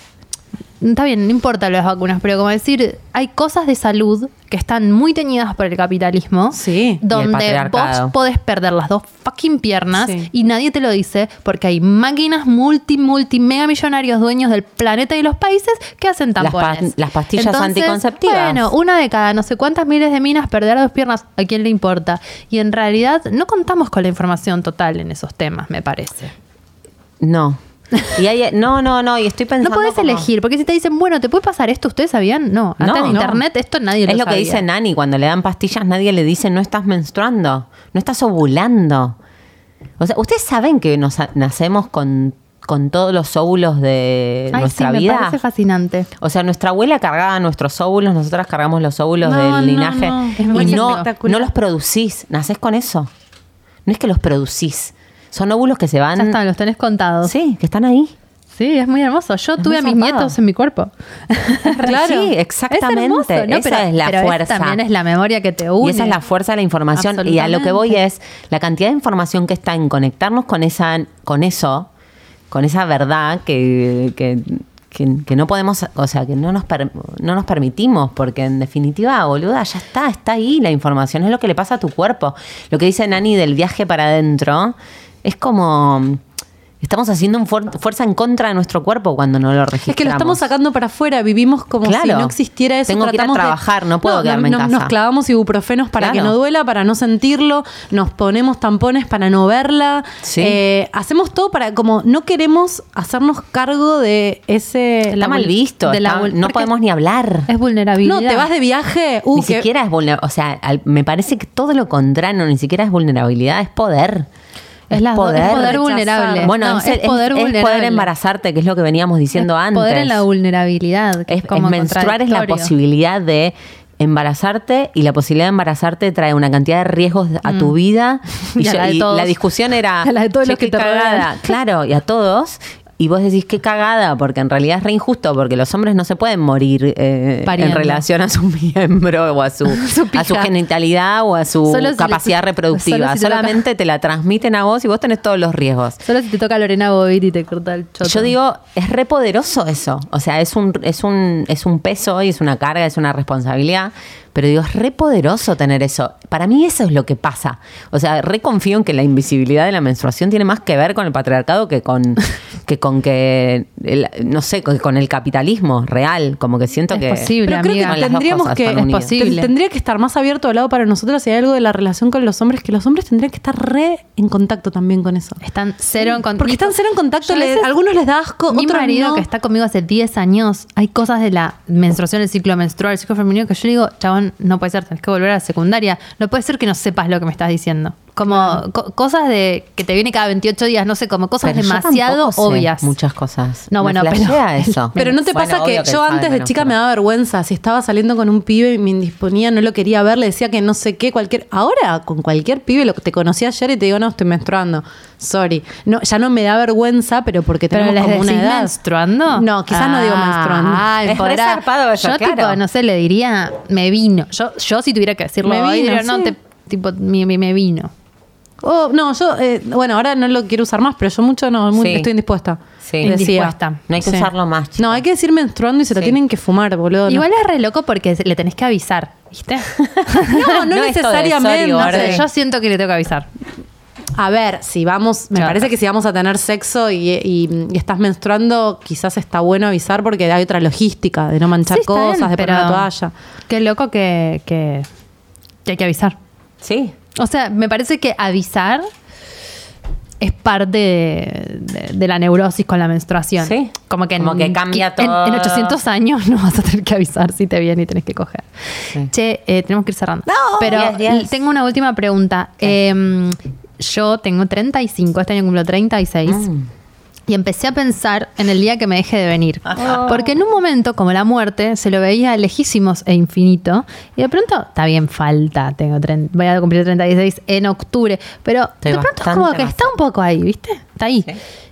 Está bien, no importa las vacunas, pero como decir, hay cosas de salud que están muy teñidas por el capitalismo. Sí. Donde patriarcado. vos podés perder las dos fucking piernas Sí. y nadie te lo dice porque hay máquinas multi, multi, mega millonarios dueños del planeta y los países que hacen Las pa- tampones. las pastillas Entonces, anticonceptivas. Bueno, una de cada no sé cuántas miles de minas perder dos piernas, ¿a quién le importa? Y en realidad no contamos con la información total en esos temas, me parece. No. Y hay, no, no, no, y estoy pensando No podés como- elegir, porque si te dicen, bueno, ¿te puede pasar esto? ¿Ustedes sabían? No. Hasta No, en no. internet esto nadie lo Es lo sabía. que dice Nani, cuando le dan pastillas nadie le dice no estás menstruando, no estás ovulando. O sea, ¿ustedes saben que nos nacemos con, con todos los óvulos de Ay, nuestra sí, vida? me parece fascinante. O sea, nuestra abuela cargaba nuestros óvulos, nosotras cargamos los óvulos No, del no, linaje no. Es muy y no, espectacular. no los producís, nacés con eso. No es que los producís, son óvulos que se van... Ya están, los tenés contados. Sí, que están ahí. Sí, es muy hermoso. Yo Es tuve a muy mis zarpado. nietos en mi cuerpo. Claro. Sí, exactamente. Es hermoso, ¿no? Esa Pero- es la pero fuerza. también es la memoria que te une. Y esa es la fuerza de la información. Y a lo que voy Absolutamente. es la cantidad de información que está en conectarnos con esa, con eso, con esa verdad que, que, que- que no podemos, o sea, que no nos, per- no nos permitimos, porque en definitiva, boluda, ya está, está ahí la información, es lo que le pasa a tu cuerpo. Lo que dice Nani del viaje para adentro, es como... Estamos haciendo un fuer- fuerza en contra de nuestro cuerpo cuando no lo registramos. Es que lo estamos sacando para afuera, vivimos como Claro. si no existiera eso. Tengo que ir a tratamos de- trabajar, no puedo quedarme en no- casa. Nos clavamos ibuprofenos para Claro. que no duela, para no sentirlo, nos ponemos tampones para no verla. Sí. Eh, hacemos todo para, como no queremos hacernos cargo de ese... Está la mal vul- visto, de la está- vul- no porque podemos ni hablar. Es vulnerabilidad. No, te vas de viaje. Uh, Ni que- siquiera es vulnerabilidad. O sea, al- me parece que todo lo contrario, ni siquiera es vulnerabilidad, es poder. Es, las dos- es poder rechazar. vulnerable. Bueno, No, es, es, poder es- es vulnerable. poder embarazarte, que es lo que veníamos diciendo Es antes. Poder en la vulnerabilidad. que Es, es, como es menstruar es la contradictorio. posibilidad de embarazarte, y la posibilidad de embarazarte trae una cantidad de riesgos a tu vida. Y, Y a yo- la de y todos. la discusión era A la de todos "Che, los que qué te cagada". rodean. Claro, y a todos. Y vos decís qué cagada, porque en realidad es re injusto, porque los hombres no se pueden morir eh, en Pariendo. relación a su miembro o a su, Su a su pija. genitalidad o a su Solo si capacidad le- reproductiva. solo si te toca- Solamente te la transmiten a vos y vos tenés todos los riesgos. Solo si te toca Lorena Bobit y te corta el choto. Yo digo, es re poderoso eso. O sea, es un, es un, es un peso y es una carga, es una responsabilidad. Pero digo, es re poderoso tener eso. Para mí eso es lo que pasa. O sea, re confío en que la invisibilidad de la menstruación tiene más que ver con el patriarcado que con que con que el- no sé, que con el capitalismo real. Como que siento Es que posible, Pero creo amiga. que Las dos tendríamos cosas que están es unidas. posible. ten- tendría que estar más abierto al lado para nosotros, si hay algo de la relación con los hombres, que los hombres tendrían que estar re en contacto también con eso. Están cero en contacto. Porque están cero en contacto, Yo a le- veces- algunos les da asco, Mi otros marido, no. que está conmigo hace diez años, hay cosas de la menstruación, el ciclo menstrual, el ciclo femenino, que yo digo, chabón, no puede ser, tenés que volver a la secundaria. No puede ser que no sepas lo que me estás diciendo. Como co- cosas de que te viene cada veintiocho días, no sé, como cosas Pero yo demasiado tampoco sé obvias. muchas cosas. No, Me bueno, pero- flashea eso. Pero no te Bueno, pasa que obvio yo él sabe antes de menos, chica pero- me daba vergüenza. Si estaba saliendo con un pibe y me indisponía, no lo quería ver, le decía que no sé qué, cualquier. Ahora, con cualquier pibe, lo que te conocí ayer y te digo, no, estoy menstruando. Sorry. No, ya no me da vergüenza, pero porque Pero tenemos les como una decís edad. menstruando. No, quizás no digo menstruando. Ah, Es re empoderada. zarpado eso, Yo, claro. tipo, no sé, le diría, me vino. Yo, yo si tuviera que decirlo Me hoy, vino, diría, no, sí. te, tipo, me, me- me vino. Oh, no, yo, eh, bueno, ahora no lo quiero usar más, pero yo mucho no, muy, Sí. estoy indispuesta. Sí. Decía. Indispuesta. No hay que Sí. usarlo más, chicos. No, hay que decir menstruando y se lo Sí. tienen que fumar, boludo. Igual no. es re loco porque le tenés que avisar, ¿viste? No, no, No es todo necesariamente. de sorry, no No sé, sé. yo siento que le tengo que avisar. A ver, si vamos, me Claro. parece que si vamos a tener sexo y, y- y estás menstruando, quizás está bueno avisar porque hay otra logística de no manchar Sí, está cosas, bien, de poner la pero toalla. Qué loco que, que, que hay que avisar. Sí. O sea, me parece que avisar es parte de, de- de la neurosis con la menstruación. Sí. Como que, Como en, que cambia en- todo. En ochocientos años no vas a tener que avisar si te viene y tenés que coger. Sí. Che, eh, tenemos que ir cerrando. No, Pero yes, yes. l- tengo una última pregunta. Eh, yo tengo treinta y cinco, este año cumplo treinta y seis. Mm. Y empecé a pensar en el día que me deje de venir. Porque en un momento, como la muerte, se lo veía lejísimos e infinito. Y de pronto, está bien, falta. Tengo tren- voy a cumplir treinta y seis en octubre. Pero Estoy de pronto es bastante como que más está un poco ahí, ¿viste? Está ahí. Sí.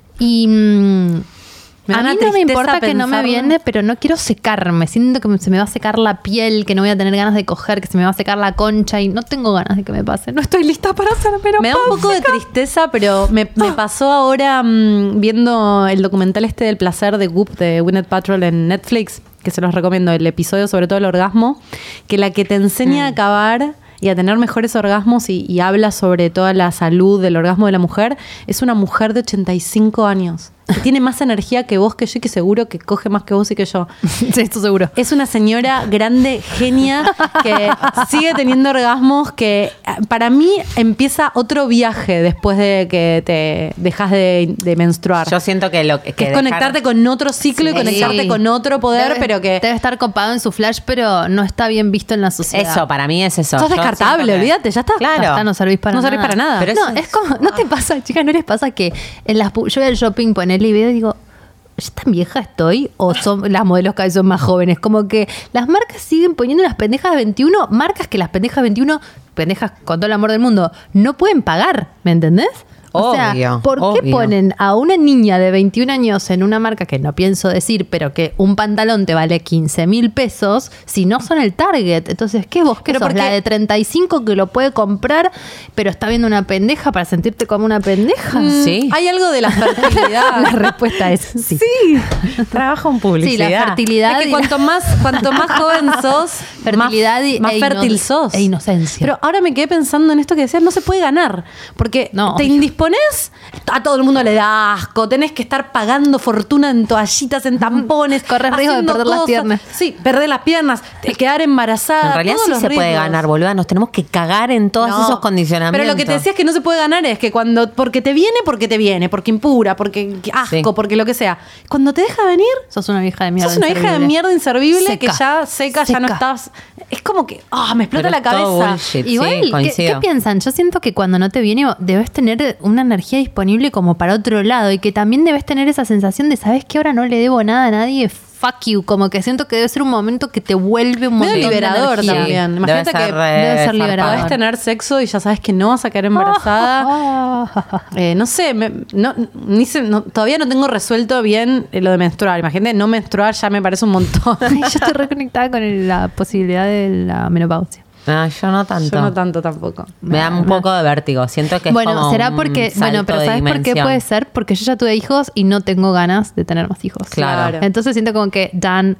Y mm, Me da a una mí no me tristeza importa que no me pensarlo. viene, pero no quiero secarme. Siento que se me va a secar la piel, que no voy a tener ganas de coger, que se me va a secar la concha y no tengo ganas de que me pase. No estoy lista para hacer menopausia. Me da un poco de tristeza, pero me, me pasó ahora mm, viendo el documental este del placer de Goop de Gwyneth Paltrow en Netflix, que se los recomiendo, el episodio sobre todo el orgasmo, que la que te enseña a acabar y a tener mejores orgasmos y, y habla sobre toda la salud del orgasmo de la mujer, es una mujer de ochenta y cinco años. Que tiene más energía que vos, que yo, y que seguro que coge más que vos y que yo. Sí, esto seguro. Es una señora grande, genia, que sigue teniendo orgasmos, que eh, para mí empieza otro viaje después de que te dejas de, de menstruar. Yo siento que lo que, que es dejar- conectarte con otro ciclo y Sí. conectarte con otro poder, Debe- pero que Debe estar copado en su flash, pero no está bien visto en la sociedad. Eso, para mí es eso. sos Yo descartable, siento que- olvídate, ya está. Claro. Ya está, no servís para No nada. servís para nada. Pero no, eso es como, no te pasa, chicas, no les pasa que en las pu- yo voy al shopping, ponerle y veo y digo, ¿ya tan vieja estoy? ¿O son las modelos cada vez son más jóvenes? Como que las marcas siguen poniendo las pendejas de veintiuno, marcas que las pendejas de veintiuno, pendejas con todo el amor del mundo, no pueden pagar, ¿me entendés? O sea, Obvio, ¿por qué obvio. ponen a una niña de veintiún años en una marca que no pienso decir, pero que un pantalón te vale quince mil pesos si no son el target? Entonces, ¿qué vos? ¿Qué Pero sos? porque- La de treinta y cinco que lo puede comprar, pero está viendo una pendeja para sentirte como una pendeja. Sí. Hay algo de la fertilidad. La respuesta es sí. Trabajo en Sí, publicidad. la fertilidad. Es que y cuanto más, cuanto más joven sos, Fertilidad más, y- más e fértil ino- sos. e inocencia. Pero ahora me quedé pensando en esto que decías, no se puede ganar. Porque No, te obvio. indisponés, a todo el mundo le da asco, tenés que estar pagando fortuna en toallitas, en tampones. Corres riesgo de haciendo perder las cosas. piernas. Sí, perder las piernas, de quedar embarazada. En realidad todos sí los se puede riesgos. ganar, boluda. Nos tenemos que cagar en todos No, esos condicionamientos. Pero lo que te decía es que no se puede ganar es que cuando, porque te viene, porque te viene, porque impura, porque asco, Sí. porque lo que sea. Cuando te deja venir, sos una vieja de mierda. sos una hija de inservible. mierda inservible Seca. que ya seca, ya no Seca. estás. Es como que, ah, me explota Pero la es todo cabeza. bullshit. Igual, Sí, ¿qué, coincido. qué piensan? Yo siento que cuando no te viene debes tener una energía disponible como para otro lado y que también debes tener esa sensación de, ¿sabes qué? Ahora no le debo nada a nadie, fuck you. Como que siento que debe ser un momento que te vuelve un Medio montón liberador de energía. también. Debe Imagínate ser que re debe ser zarpado. liberador. podés tener sexo y ya sabes que no vas a quedar embarazada. Eh, no sé, me- no, ni sé, no- todavía no tengo resuelto bien eh, lo de menstruar. Imagínate, no menstruar ya me parece un montón. Ay, yo estoy reconectada con el- la posibilidad de la menopausia. Ah, yo no tanto. Yo no tanto tampoco. Me da un poco de vértigo. Siento que es Bueno, como será un porque, bueno, salto pero de ¿sabes por qué dimensión. puede ser? Porque yo ya tuve hijos y no tengo ganas de tener más hijos. Claro. Entonces siento como que, Dan,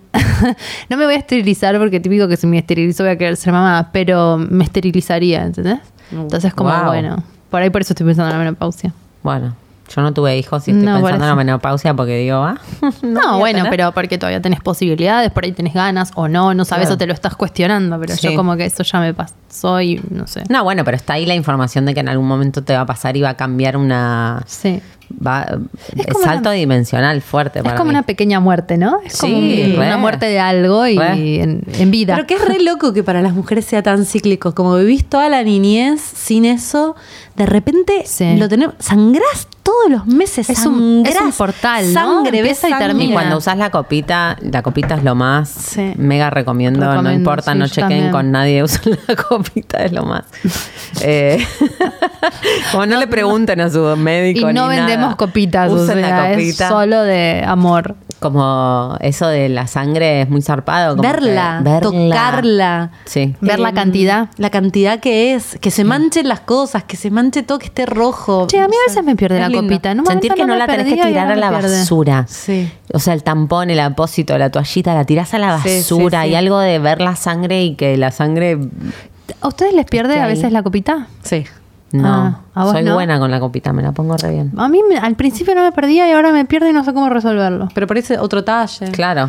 no me voy a esterilizar porque típico que si me esterilizo voy a querer ser mamá, pero me esterilizaría, ¿entendés? Entonces como, Wow. bueno, por ahí por eso estoy pensando en la menopausia. Bueno, yo no tuve hijos y estoy No, por pensando en la eso. menopausia porque digo, ah, No, voy a bueno, tener. pero porque todavía tenés posibilidades, por ahí tenés ganas o no, no sabes Claro. o te lo estás cuestionando, pero Sí. yo como que eso ya me pasó y no sé. No, bueno, pero está ahí la información de que en algún momento te va a pasar y va a cambiar una... Sí. Va, Es es como salto una- dimensional fuerte Es para como mí. una pequeña muerte, ¿no? Es como Sí, un- re. una muerte de algo y Re. en, en vida. Pero que es re loco que para las mujeres sea tan cíclico. Como vivís toda la niñez sin eso, de repente Sí. lo tenemos. Sangrás todos los meses. Es un- es sangrás. un portal, ¿no? Sangre, Empieza ves y sangre. termina. Y cuando usás la copita, la copita es lo más. Sí. Mega recomiendo, no Recomiendo, importa, sí, no yo chequen también. con nadie, usen la copita, es lo más. Eh, como no, le pregunten a su médico. Y no ni vendemos nada. copitas, o Usen sea, la es copita. solo de amor. como eso de la sangre es muy zarpado. Como Verla, que, verla, tocarla. Sí. Ver la Em, cantidad. La cantidad que es, que se manchen las cosas, que se manche todo, que esté rojo. Che, a mí a veces me pierde Es la lindo. copita. En un Sentir momento que no, me la tenés que perdía y tirar ahora a la me pierde. basura. Sí. O sea, el tampón, el apósito, la toallita, la tirás a la Sí, basura. sí, sí. Y algo de ver la sangre y que la sangre... ¿A ustedes les pierde Esté a ahí. veces la copita? Sí. No, Ah, ¿a vos soy no? buena con la copita, me la pongo re bien. A mí me- al principio no me perdía y ahora me pierde y no sé cómo resolverlo. Pero parece otro talle. Claro.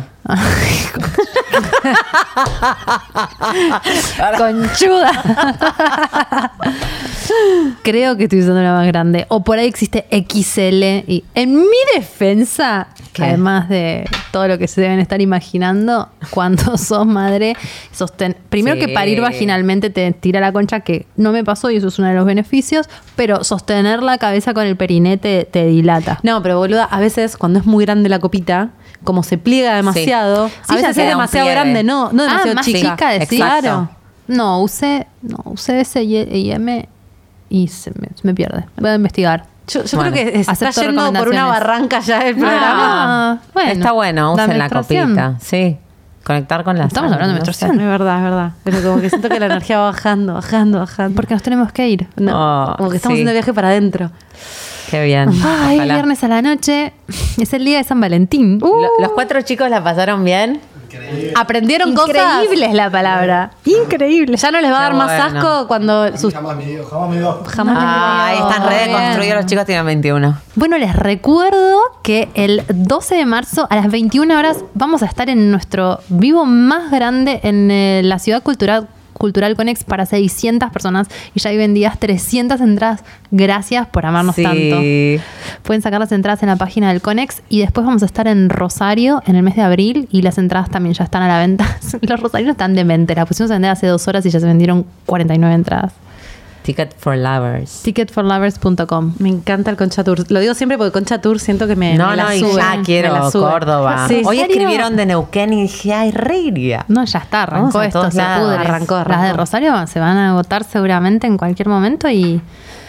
Conchuda. Creo que estoy usando la más grande. O por ahí existe equis ele. Y en mi defensa, ¿Qué? además de todo lo que se deben estar imaginando, cuando sos madre, sosten primero Sí. que parir vaginalmente te tira la concha, que no me pasó y eso es uno de los beneficios, pero sostener la cabeza con el perinete te dilata. No, pero boluda, a veces cuando es muy grande la copita, como se pliega demasiado, Sí, a ya veces queda es un demasiado pliegue. grande, no, no demasiado ah, más chica. chica, decís. Exacto. Claro. No, usé, no, usé ese y, y M y se me, se me pierde. Voy a investigar. Yo, yo Bueno, creo que está acepto yendo por una recomendaciones. barranca ya el programa. Ah, bueno. Está bueno, La usen la, menstruación. copita. Sí. Conectar con la Estamos sangre, hablando de no sé. menstruación. Es verdad, es verdad. Pero como que siento que la energía va bajando, bajando, bajando. Porque nos tenemos que ir. No, Oh, como que estamos sí. haciendo viaje para adentro. Qué bien. Ay, Ojalá. viernes a la noche. Es el día de San Valentín. Uh, Lo- ¿Los cuatro chicos la pasaron bien? ¿Aprendieron cosas? increíble es la palabra. Increíble. Ya no les va a dar Qué más bueno. asco cuando sus... Jamás me dio, jamás me dio. Jamás Ah, les ahí están re bien. deconstruidos, los chicos tienen veintiuno. Bueno, les recuerdo que el doce de marzo a las veintiuna horas vamos a estar en nuestro vivo más grande en eh, la Ciudad Cultural Cultural Conex para seiscientas personas y ya hay vendidas trescientas entradas. Gracias por amarnos Sí. tanto. Pueden sacar las entradas en la página del Conex y después vamos a estar en Rosario en el mes de abril y las entradas también ya están a la venta. Los rosarios están dementes. Las pusimos a vender hace dos horas y ya se vendieron cuarenta y nueve entradas. Ticket for Lovers. ticket for lovers punto com. Me encanta el Concha Tour. Lo digo siempre porque Concha Tour siento que me, No, me la no, y sube. ya Me quiero la sube. Córdoba. Sí. Hoy ¿En serio? escribieron de Neuquén y dije, ay, re iría. No, ya está, arrancó Vamos a esto, todos se lados. pudre. Arrancó, arrancó. Las de Rosario se van a agotar seguramente en cualquier momento y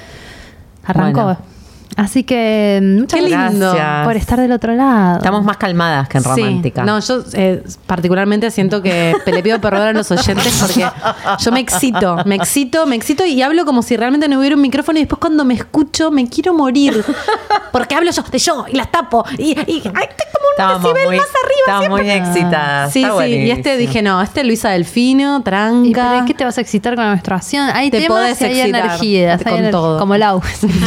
arrancó. Bueno. Así que muchas Qué gracias lindo. por estar del otro lado. Estamos más calmadas que en Sí. romántica. No, yo eh, particularmente siento que le pido perdón a los oyentes porque yo me excito, me excito, me excito y hablo como si realmente no hubiera un micrófono y después cuando me escucho me quiero morir. Porque hablo yo de yo y las tapo y, y ay, estoy como un Estábamos decibel muy, más arriba. estábamos muy siempre. excitadas. Sí, Está sí, y este buenísimo. dije, no, este Luisa Delfino, ¿Y tranca. pero qué te vas a excitar con la menstruación? Hay Te temas podés y hay excitar energías. con hay ener- todo. Como Lau.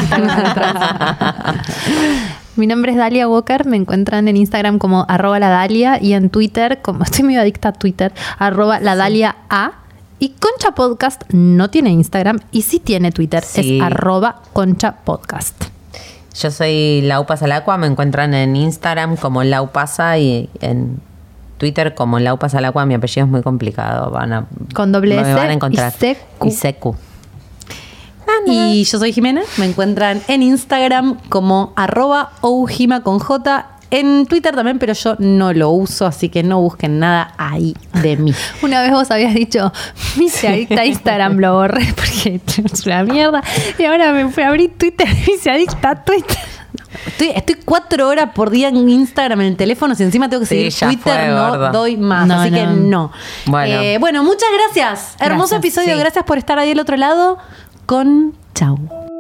Mi nombre es Dalia Walker, me encuentran en Instagram como arroba la Dalia y en Twitter, como estoy medio adicta a Twitter, arroba la Dalia A. Y Concha Podcast no tiene Instagram y sí tiene Twitter, Sí. es arroba Concha Podcast. Yo soy Lau Pasa al Aqua, me encuentran en Instagram como Lau Pasa y en Twitter como Lau Pasa al Aqua. Mi apellido es muy complicado, van a, Con doble me S van a encontrar. y C Q. Y C Q. Y yo soy Jimena, me encuentran en Instagram como arroba oujima con J, en Twitter también, pero yo no lo uso, así que no busquen nada ahí de mí. Una vez vos habías dicho, me hice adicta a Instagram, lo borré porque es una mierda. Y ahora me fui a abrir Twitter y me hice adicta a Twitter. Estoy, estoy cuatro horas por día en Instagram, en el teléfono, si encima tengo que Sí, seguir ya Twitter, fue, no gorda. doy más, No, así no. que no. Bueno. Eh, bueno, muchas gracias. Hermoso Gracias, episodio, sí. gracias por estar ahí del otro lado. Con chau.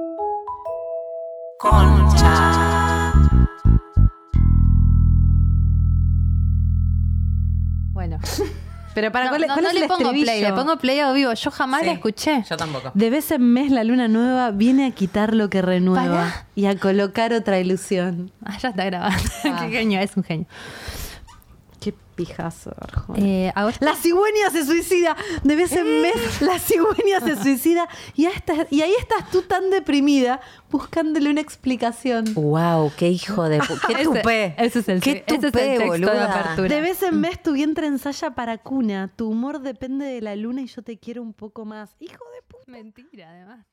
Bueno. Pero para No, cuál, no, cuál no es le el pongo estribillo? play, le pongo play a vivo. Yo jamás la escuché. Yo tampoco. De vez en mes la luna nueva viene a quitar lo que renueva Pará. y a colocar otra ilusión. Ah, ya está grabando. Ah. Qué genio, es un genio. Qué pijazo, Arjona. Eh, hago- La cigüeña se suicida. De vez en mes la cigüeña se suicida. Y, ahí estás- y ahí estás tú tan deprimida buscándole una explicación. Wow, qué hijo de pu- qué Ese- tupé. ese es el- qué ese es el tupé, texto de boluda. apertura. De vez en mes tu vientre ensaya para cuna. Tu humor depende de la luna y yo te quiero un poco más. Hijo de puta. Mentira, además.